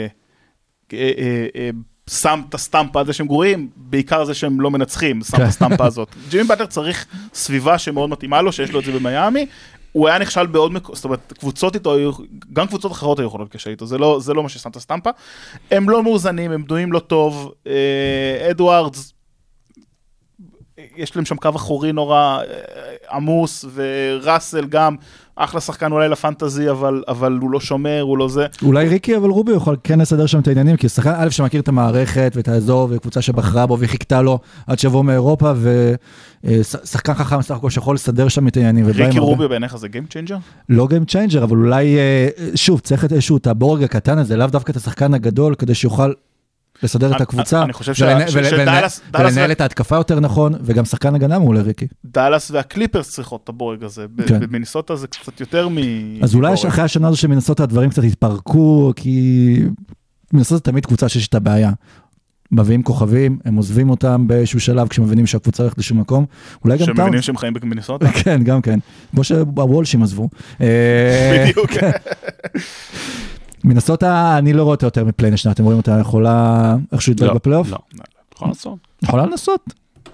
שם את הסטמפה הזה שהם גרועים, בעיקר זה שהם לא מנצחים, שם את הסטמפה הזאת. ג'ימי באטלר צריך סביבה שמאוד מתאימה לו, שיש לו את זה במיימי, הוא היה נכשל בעוד מקום, זאת אומרת, קבוצות איתו, גם קבוצות אחרות היו יכולות קשה איתו, זה לא, זה לא מה ששם את הסטמפה. הם לא מאוזנים, הם בנויים לא טוב, אדוארדס, יש להם שם קו אחורי נורא עמוס, וראסל גם, אחלה שחקן אולי לפנטזי, אבל, אבל הוא לא שומר, הוא לא זה. אולי ריקי, אבל רובי יכול כן לסדר שם את העניינים, כי שחקן א' שמכיר את המערכת ואת האזור, וקבוצה שבחרה בו וחיכתה לו עד שבוע מאירופה, ושחקן חכם סך הכל שיכול לסדר שם את העניינים. ריקי רובי בעיניך זה גיים צ'יינג'ר? לא גיים צ'יינג'ר, אבל אולי, שוב, צריך את איזשהו, את הבורג הקטן הזה, לאו דווקא את השחקן הגדול, כדי שיוכל לסדר את הקבוצה, ולנהל את ההתקפה יותר נכון, וגם שחקן הגנה מעולה ריקי. דאלאס והקליפרס צריכות את הבורג הזה, במינסוטה זה קצת יותר מ... אז אולי אחרי השנה הזו שמינסוטה הדברים קצת התפרקו, כי מינסוטה תמיד קבוצה שיש את הבעיה. מביאים כוכבים, הם עוזבים אותם באיזשהו שלב, כשמבינים שהקבוצה הולכת לשום מקום. אולי גם טאונס. שמבינים שהם חיים במינסוטה? כן, גם כן. כמו שהוולשים עזבו. בדיוק. מינסוטה, אני לא רואה אותה יותר מפליין השנה, אתם רואים אותה יכולה איכשהו לדבר בפלייאוף? לא, לא. יכולה לנסות. יכולה לנסות.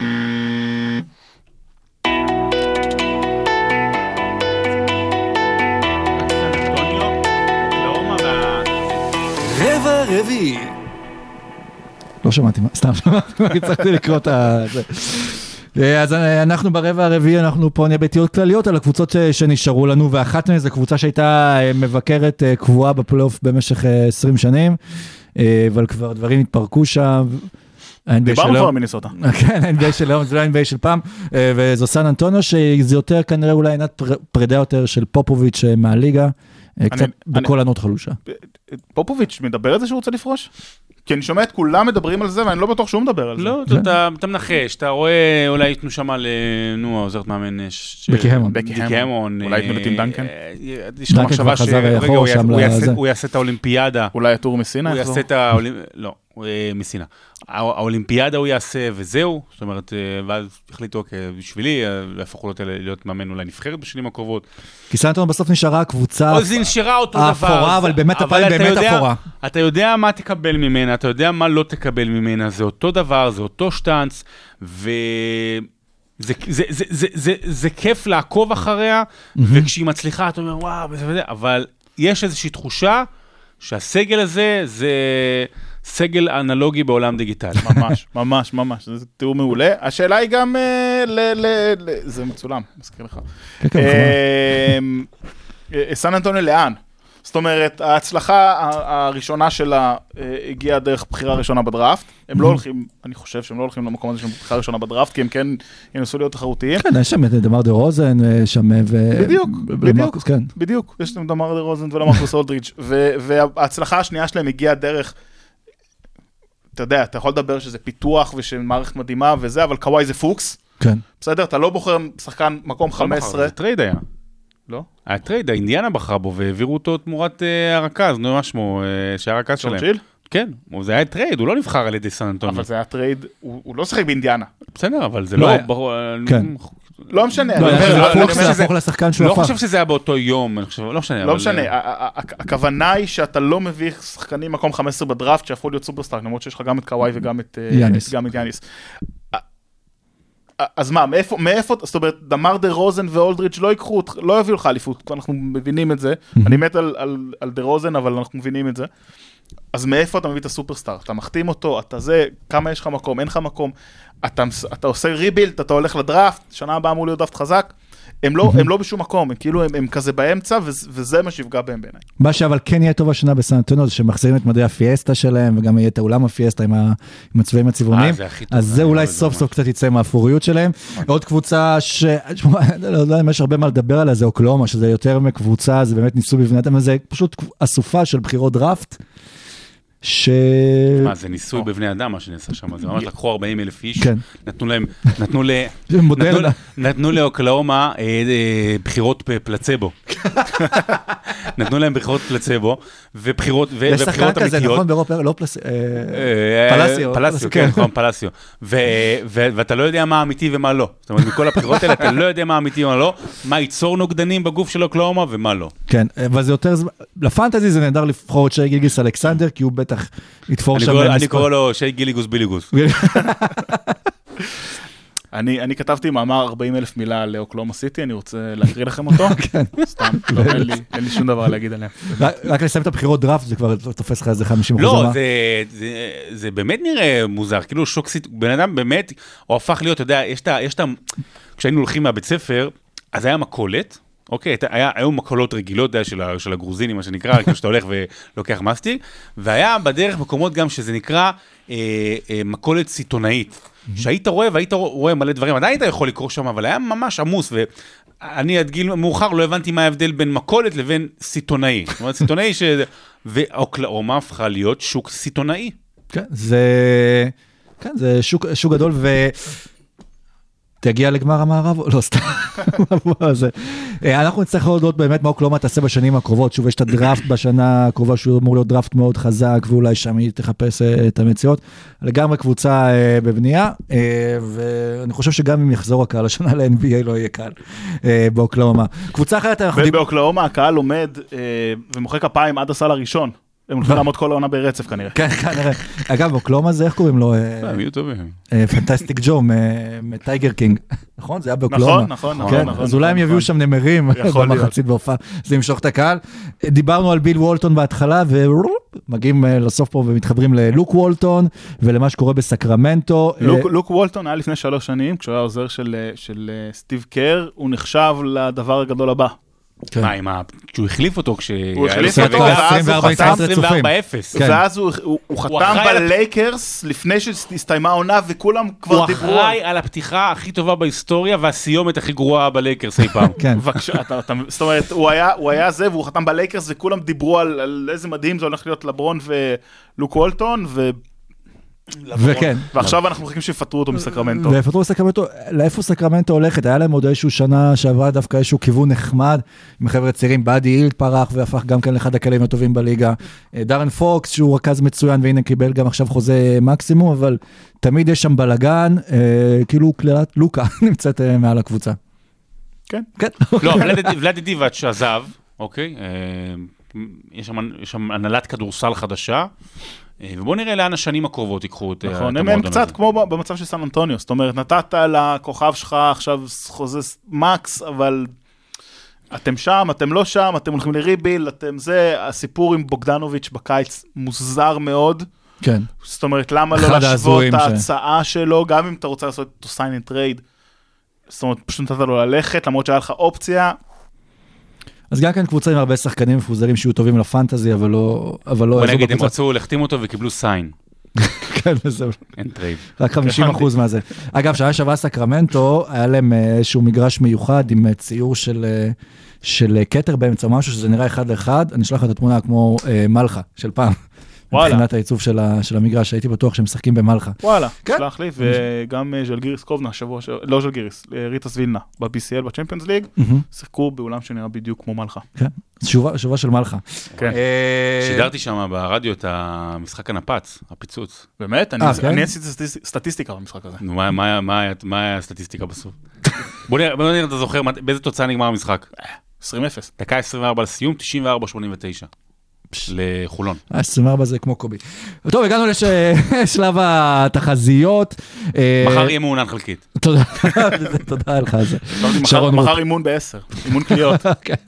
רבע רביעי. לא שמעתי, סתם שמעתי, הצלחתי לקרוא את זה. אז אנחנו ברבע הרביעי, אנחנו פה נהיה ביתיות כלליות על הקבוצות שנשארו לנו, ואחת מהן זו קבוצה שהייתה מבקרת קבועה בפלייאוף במשך עשרים שנים, אבל כבר דברים התפרקו שם. דיברנו כבר מינסוטה. כן, ה-אן בי איי של היום, זה לא ה-אן בי איי של פעם, וזו סן אנטוניו, שזה יותר כנראה אולי עינת פרידה יותר של פופוביץ' מהליגה, קצת בכל ענות חלושה. פופוביץ' מדבר על זה שהוא רוצה לפרוש? כי אני שומע את כולם מדברים על זה, ואני לא בטוח שהוא מדבר על זה. לא, אתה מנחש, אתה רואה, אולי יתנו שם על, נו, עוזרת מאמן, בקי המון. בקי המון. אולי יתנו לטים דנקן? יש לך מחשבה שהוא יעשה את האולימפיאדה. אולי הטור מסינה? הוא יעשה את האולימפיאדה, לא, מסינה. האולימפיאדה הוא יעשה וזהו, זאת אומרת, ואז החליטו בשבילי, להפוך אותו להיות מאמן אולי נבחרת בשנים הקרובות. כי סן אנטוניו בסוף נשארה קבוצה או זה נשארה אותו דבר. אפורה, אבל באמת הפעם באמת אפורה. אתה יודע מה תקבל ממנה, אתה יודע מה לא תקבל ממנה, זה אותו דבר, זה אותו שטנץ, וזה כיף לעקוב אחריה, וכשהיא מצליחה, אתה אומר, וואו, אבל יש איזושהי תחושה שהסגל הזה זה סגל אנלוגי בעולם דיגיטלי. ממש, ממש, ממש. זה תיאור מעולה. השאלה היא גם, זה מצולם, מזכיר לך. סן אנטוניו לאן? זאת אומרת, ההצלחה הראשונה שלה הגיעה דרך בחירה ראשונה בדראפט. הם לא הולכים, אני חושב שהם לא הולכים למקום הזה של בחירה ראשונה בדראפט, כי הם כן ינסו להיות תחרותיים. כן, יש שם את דמר דה רוזן, שם ו... בדיוק, בדיוק, בדיוק. יש שם דמר דה רוזן ולמרקוס אולדריץ', וההצלחה השנייה שלהם הגיעה דרך, אתה יודע, אתה יכול לדבר שזה פיתוח ושמערכת מדהימה וזה, אבל קוואי זה פוקס. כן. בסדר, אתה לא בוחר שחקן מקום חמש עשרה. זה טרייד היה. לא? הטרייד, האינדיאנה בחרה בו, והעבירו אותו תמורת הרכז, נו מה שמו, שהרכז שלהם. צ'ורצ'יל? כן, זה היה טרייד, הוא לא נבחר על ידי סן אנטוניו. אבל זה היה טרייד, הוא לא שחק באינדיאנה. בסדר, אבל זה לא... כן. לא משנה. לא חושב שזה היה באותו יום, לא משנה. לא משנה, הכוונה היא שאתה לא מביא שחקנים מקום חמש עשרה בדראפט, שהפכו להיות סופרסטאר, למרות שיש לך גם את קוואי וגם את יאניס. אז מה, מאיפה, מאיפה, זאת אומרת, דמר דה רוזן ואולדריץ' לא ייקחו, לא יביאו לך אליפות, אנחנו מבינים את זה, אני מת על, על, על דה רוזן, אבל אנחנו מבינים את זה, אז מאיפה אתה מביא את הסופרסטאר? אתה מחתים אותו, אתה זה, כמה יש לך מקום, אין לך מקום, אתה, אתה עושה ריבילד, אתה הולך לדראפט, שנה הבאה אמור להיות דראפט חזק, הם לא, הם לא בשום מקום, הם כאילו, הם, הם כזה באמצע, וזה מה שיפגע בהם בעיניי. מה שאבל כן יהיה טוב השנה בסן אנטוניו, זה שמחזירים את מדעי הפיאסטה שלהם, וגם יהיה את האולם הפיאסטה עם, ה, עם הצבעים הצבעוניים, אז זה אולי סוף סוף קצת יצא מהאפוריות שלהם. עוד קבוצה ש... לא יודע אם יש הרבה מה לדבר עליה, זה אוקלאומה, שזה יותר מקבוצה, זה באמת ניסו בבניית, אבל זה פשוט אסופה של בחירות דראפט, ש... מה, זה ניסוי בבני אדם, מה שנעשה שם, זה ממש לקחו ארבעים אלף איש, נתנו להם, נתנו לאוקלאומה בחירות פלצבו. נתנו להם בחירות פלצבו, ובחירות אמיתיות. יש שחקן כזה, נכון, באירופה, לא פלסיו. פלסיו. פלסיו, כן, נכון, פלסיו. ואתה לא יודע מה אמיתי ומה לא. זאת אומרת, מכל הבחירות האלה, אתה לא יודע מה אמיתי ומה לא, מה ייצור נוגדנים בגוף של אוקלאומה ומה לא. כן, אבל זה יותר, לפנטזי זה נהדר לבחור את שי גיליגוס אלכסנדר, כי הוא בטח יתפור שם. אני קורא לו שי גיליגוס ביליגוס. אני, אני כתבתי מאמר ארבעים אלף מילה לאוקלאומה סיטי, אני רוצה להקריא לכם אותו. כן. סתם, לא, אין לי, אין לי שום דבר להגיד עליהם. רק לסיים את הבחירות דראפט, זה כבר תופס לך איזה חמישים אחוז. לא, זה, זה, זה באמת נראה מוזר, כאילו שוק סיטי, בן אדם באמת, הוא הפך להיות, אתה יודע, יש את, יש את, כשהיינו הולכים מהבית ספר, אז היה מקולת, אוקיי, היה, היו מקולות רגילות, די, של, של הגרוזינים, מה שנקרא, כשאתה הולך ולוקח מסטיק, והיה בדרך מקומות גם שזה נקרא אה, אה, מקולת סיטונאית, שהיית רואה והיית רואה מלא דברים, עדיין היית יכול לקרוא שם, אבל היה ממש עמוס, ואני עד גיל מאוחר לא הבנתי מה ההבדל בין מקולת לבין סיטונאי. זאת אומרת, סיטונאי ש... ואוקלאומה הפכה להיות שוק סיטונאי. כן, זה... כן, זה שוק, שוק גדול, ו... תגיע לגמר המערב, לא סתם. אנחנו נצטרך להודות באמת מה אוקלהומה תעשה בשנים הקרובות, שוב יש את הדראפט בשנה הקרובה, שהוא אמור להיות דראפט מאוד חזק, ואולי שם היא תחפש את המציאות, לגמרי קבוצה בבנייה, ואני חושב שגם אם יחזור הקהל השנה ל-אן בי איי לא יהיה קהל באוקלהומה. קבוצה אחרת אנחנו... באוקלהומה הקהל עומד ומוחא כפיים עד הסל הראשון. הם הולכים לעמוד כל העונה ברצף כנראה. כן, כנראה. אגב, אוקלהומה זה איך קוראים לו? הם יהיו טובים. פנטסטיק ג'ו מטייגר קינג. נכון? זה היה באוקלהומה. נכון, נכון, נכון. אז אולי הם יביאו שם נמרים במחצית בהופעה. זה ימשוך את הקהל. דיברנו על ביל וולטון בהתחלה, ומגיעים לסוף פה ומתחברים ללוק וולטון, ולמה שקורה בסקרמנטו. לוק וולטון היה לפני שלוש שנים, כשהוא היה עוזר של סטיב קר, הוא נחשב לדבר הגדול הבא. מה, עם ה... כשהוא החליף אותו, הוא החליף אותו, ואז הוא חתם עשרים וארבע אפס. ואז הוא חתם בלייקרס לפני שהסתיימה העונה, וכולם כבר דיברו. הוא אחראי על הפתיחה הכי טובה בהיסטוריה, והסיומת הכי גרועה בלייקרס אי פעם. זאת אומרת, הוא היה זה, והוא חתם בלייקרס, וכולם דיברו על איזה מדהים זה הולך להיות לברון ולוק וולטון, ו... וכן. ועכשיו אנחנו מחכים שיפטרו אותו מסקרמנטו. ויפטרו סקרמנטו, לאיפה סקרמנטו הולכת? היה להם עוד איזשהו שנה שעברה דווקא איזשהו כיוון נחמד, עם חבר'ה צעירים, באדי הילד פרח והפך גם כן לאחד הכלים הטובים בליגה. דארן פוקס שהוא רכז מצוין, והנה קיבל גם עכשיו חוזה מקסימום, אבל תמיד יש שם בלגן, כאילו כללת לוקה נמצאת מעל הקבוצה. כן. כן. לא, ולאדי דיבאץ' עזב, אוקיי? יש שם הנהלת כדורסל חדשה, ובואו נראה לאן השנים הקרובות ייקחו את המועדון הזה. הם קצת כמו במצב של סן אנטוניו, זאת אומרת, נתת לכוכב שלך עכשיו חוזה מקס, אבל אתם שם, אתם לא שם, אתם הולכים לריביל, אתם זה, הסיפור עם בוגדנוביץ' בקיץ מוזר מאוד. כן. זאת אומרת, למה לא להשוות את ההצעה שלו, גם אם אתה רוצה לעשות את sign and trade, זאת אומרת, פשוט נתת לו ללכת, למרות שהיה לך אופציה. אז גם כאן קבוצה עם הרבה שחקנים מפוזרים שיהיו טובים לפנטזי, אבל לא... בוא נגיד, הם רצו להחתים אותו וקיבלו סיין. כן, וזה... אין טרייד. רק חמישים אחוז מה זה. אגב, שהיה שווה סקרמנטו, היה להם איזשהו מגרש מיוחד עם ציור של קטר באמצע משהו, שזה נראה אחד לאחד. אני אשלח את התמונה כמו מלכה של פעם. מבחינת העיצוב של המגרש, הייתי בטוח שהם משחקים במלכה. וואלה, שלח לי, וגם ז'לגיריס קובנה, שבוע, לא ז'לגיריס, ריטס וילנה, ב-בי סי אל, בצ'מפיונס ליג, שיחקו באולם שנראה בדיוק כמו מלכה. כן, שובה של מלכה. שידרתי שם ברדיו את המשחק הנפץ, הפיצוץ. באמת? אני עשיתי סטטיסטיקה במשחק הזה. נו, מה היה הסטטיסטיקה בסוף? בוא נראה, אתה זוכר, באיזה תוצאה נגמר המשחק? עשרים אפס. דקה עשרים וארבע לסיום, תשעים וארבע שמונים ותשע. לחולון. עשרים וארבע זה כמו קובי. טוב, הגענו לשלב התחזיות. מחר יהיה מעונן חלקית. תודה. תודה לך על זה. מחר אימון בעשר. אימון קליות.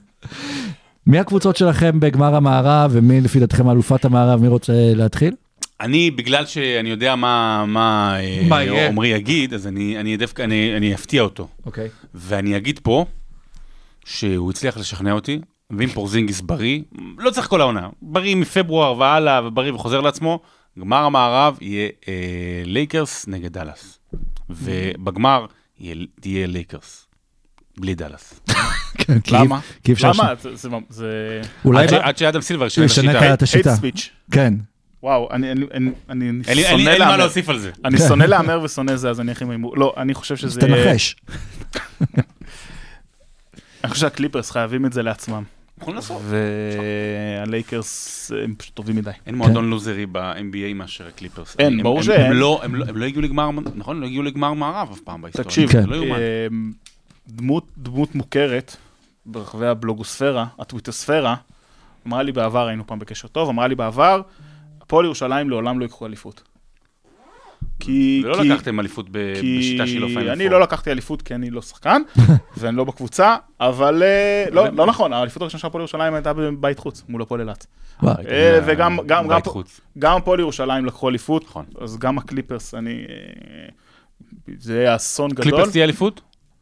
מי הקבוצות שלכם בגמר המערב, ומי לפי דעתכם אלופת המערב, מי רוצה להתחיל? אני, בגלל שאני יודע מה עומרי יגיד, אז אני אפתיע אותו. אוקיי. ואני אגיד פה, שהוא הצליח לשכנע אותי, ואם פורזינגיס בריא, לא צריך כל העונה, בריא מפברואר והלאה, ובריא וחוזר לעצמו, גמר המערב יהיה אה, לייקרס נגד דלס. ובגמר תהיה לייקרס, בלי דלס. למה? כי אפשר... למה? זה... זה... אולי... עד שאדם סילבר ישנה את השיטה. הייט ספיץ'. כן. וואו, אני שונא להאמר. אין מה להוסיף על זה. אני שונא להאמר ושונא זה, אז אני הכי מימור. לא, אני חושב שזה... אז תנחש. אני חושב שהקליפרס חייבים את זה לעצמם. יכול לעשות. והלייקרס הם פשוט טובים מדי. אין מועדון לוזרי ב-אן בי איי מאשר הקליפרס. אין, ברור שאין. הם לא הגיעו לגמר, נכון? לא הגיעו לגמר מערב אף פעם בהיסטוריה. תקשיב, דמות מוכרת ברחבי הבלוגוספירה, הטוויטוספירה, אמרה לי בעבר, היינו פעם בקשר טוב, אמרה לי בעבר, הפועל ירושלים לעולם לא יקחו אליפות. ולא לקחתם אליפות בשיטה שהיא לא פיינל פור. אני לא לקחתי אליפות כי אני לא שחקן, ואני לא בקבוצה, אבל לא נכון, האליפות הראשונה של הפועל ירושלים הייתה בבית חוץ, מול הפועל אילת. וגם הפועל ירושלים לקחו אליפות, אז גם הקליפרס, זה היה אסון גדול. קליפרס תהיה אליפות?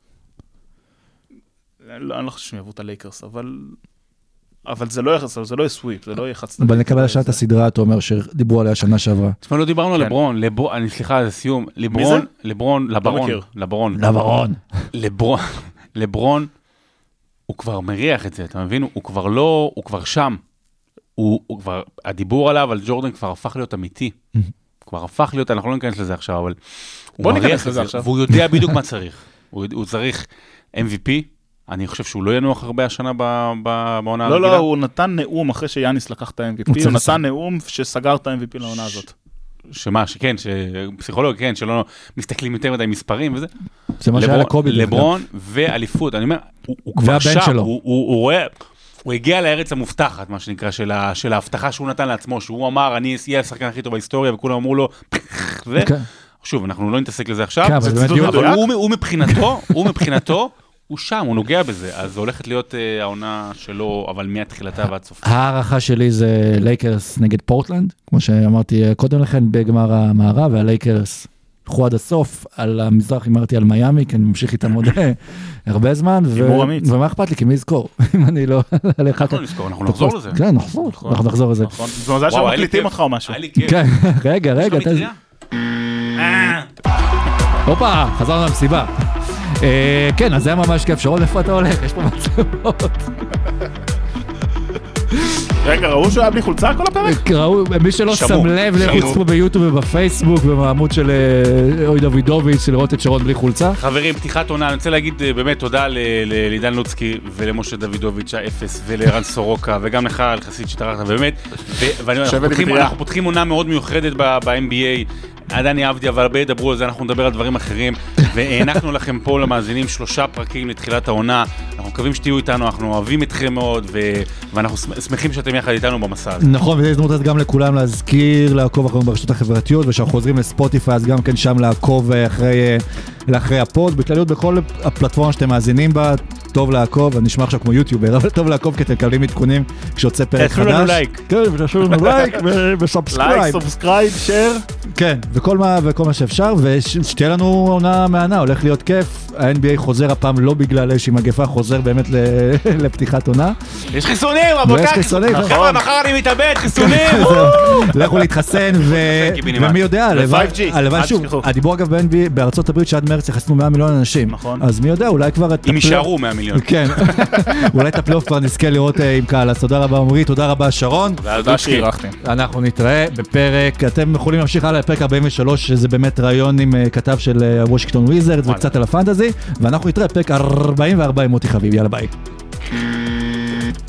אני לא חושב שהם יבואו את הלייקרס, אבל... אבל זה לא יהיה סוויפ, זה לא יהיה חצדדי. אבל נקבל השעת הסדרה, אתה אומר שדיברו עליה שנה שעברה. תשמע, לא דיברנו על לברון, אני סליחה, לסיום, לברון, לברון, לברון, לברון, לברון, לברון, לברון, הוא כבר מריח את זה, אתה מבין? הוא כבר לא, הוא כבר שם, הוא כבר, הדיבור עליו, על ג'ורדן כבר הפך להיות אמיתי, כבר הפך להיות, אנחנו לא ניכנס לזה עכשיו, אבל הוא מריח את זה, והוא יודע בדיוק מה צריך. הוא הוא צריך אם וי פי, אני חושב שהוא לא ינוח הרבה השנה ב- ב- בעונה לא, הרגילה. לא, הוא נתן נאום אחרי שיאניס לקח את ה-אם וי פי, הוא נתן נאום שסגר את ה-אם וי פי לעונה הזאת. שמה, שכן, שפסיכולוג, כן, שלא מסתכלים יותר מדי מספרים וזה. זה מה שהיה לקובי. לברון ואליפות, אני אומר, הוא הוא כבר והבן שם, שלו. הוא- הוא הוא רואה, הוא הגיע לארץ המובטחת, מה שנקרא, של ה- של ההבטחה שהוא נתן לעצמו, שהוא אמר, אני אהיה השחקן הכי טוב בהיסטוריה, וכולם אמרו לו, ו... כן. שוב, אנחנו לא נתעסק לזה עכשיו, כן, אבל זה באמת ציטוט מדויק. מדויק. הוא, הוא מבחינתו, הוא מבחינתו, הוא שם, הוא נוגע בזה, אז זו הולכת להיות אה, העונה שלו, אבל מהתחילתה ועד סופה. הערכה שלי זה לייקרס נגד פורטלנד, כמו שאמרתי קודם לכן בגמר המערב, והלייקרס הלכו עד הסוף, על המזרח אמרתי על מיאמי, כי אני ממשיך איתם עוד הרבה זמן, ו- הימור אמיץ. ומה אכפת לי, כי מי יזכור, אם אני לא... אנחנו לא נזכור, אנחנו נחזור לזה. כן, נחזור, אנחנו נחזור לזה. נכון? זה מזל וואו, היה לי שמקליטים כיף. אותך או משהו. היה לי כיף. כן, רגע, רגע, יש לך מטריה? אה, הופה, חזרנו למסיבה. אה, כן, אז זה היה ממש כיף. שרון, איפה אתה הולך? יש פה מצלמות. רגע, ראו שהוא היה בלי חולצה כל הפרק? ראו, מי שלא שמעו, שם לב, שמעו. לחוץ פה ביוטיוב ובפייסבוק, ובעמוד של אה, אוי דוידוביץ', של לראות את שרון בלי חולצה. חברים, פתיחת עונה, אני רוצה להגיד אה, באמת תודה ל- ל- לעידן לוצקי ולמשה דוידוביץ' האפס ולערן סורוקה וגם לך על חסיד שטרחת, ובאמת, ו- ואני אומר, אנחנו שווה לי פותחים- בקריאה. אנחנו פותחים עונה מאוד מיוחדת ב-אם בי איי, עדיין אהבתי, אבל הרבה ידברו על זה, אנחנו נדבר על דברים אחרים, והענקנו לכם פה למאזינים שלושה פרקים לתחילת העונה, אנחנו מקווים שתהיו איתנו, אנחנו אוהבים אתכם מאוד, ו- ואנחנו שמחים שאתם יחד איתנו במסע הזה. נכון, וזו הזדמנות אז גם לכולם להזכיר, לעקוב אחרינו ברשתות החברתיות, וכשאנחנו חוזרים לספוטיפיי, אז גם כן שם לעקוב אחרי, לאחרי הפוד, בכלליות בכל הפלטפורמה שאתם מאזינים בה, טוב לעקוב, אני נשמע עכשיו כמו יוטיובר, אבל טוב לעקוב כי אתם מקבלים עדכונים כשיוצא פרק חדש. תעשו לנו לייק. כן, ותעשו לנו לייק לייק, וסאבסקרייב. סובסקרייב, שייר. כן, וכל מה, וכל מה שאפשר, ושתהיה לנו עונה מהנה, הולך להיות כיף. ה-אן בי איי חוזר הפעם לא בגלל איזושהי מגפה, חוזר באמת ל- לפתיחת עונה. יש חיסונים, רבותיי! ויש חיסונים, חבר'ה, נכון. מחר אני מתאבד, חיסונים! לכו להתחסן, ו- קיבינימט. ומי יודע, הלוואי- ו-פייב ג'י, הלוואי אל שוב, תשכחו. הדיבור אגב ב-אן בי איי בארצות הברית שעד מרץ יחסנו מאה מיליון אנשים. נכון. אז מי יודע, אולי כבר... את אם הפלייאוף- יישארו מאה מיליון. כן, אולי את הפלייאוף כבר נזכה לראות אה, עם קהל, אז תודה רבה עמרי, תודה רבה שרון. תודה שאירחתם. אנחנו נתראה בפרק, אתם יכולים להמשיך הלאה לפרק ארבעים ושלוש, שזה באמת רעיון עם אה, כתב של וושינגטון וויזרדס וקצת על הפנטזי, ואנחנו נתראה בפרק ארבעים וארבע עם מוטי חביב, יאללה ביי.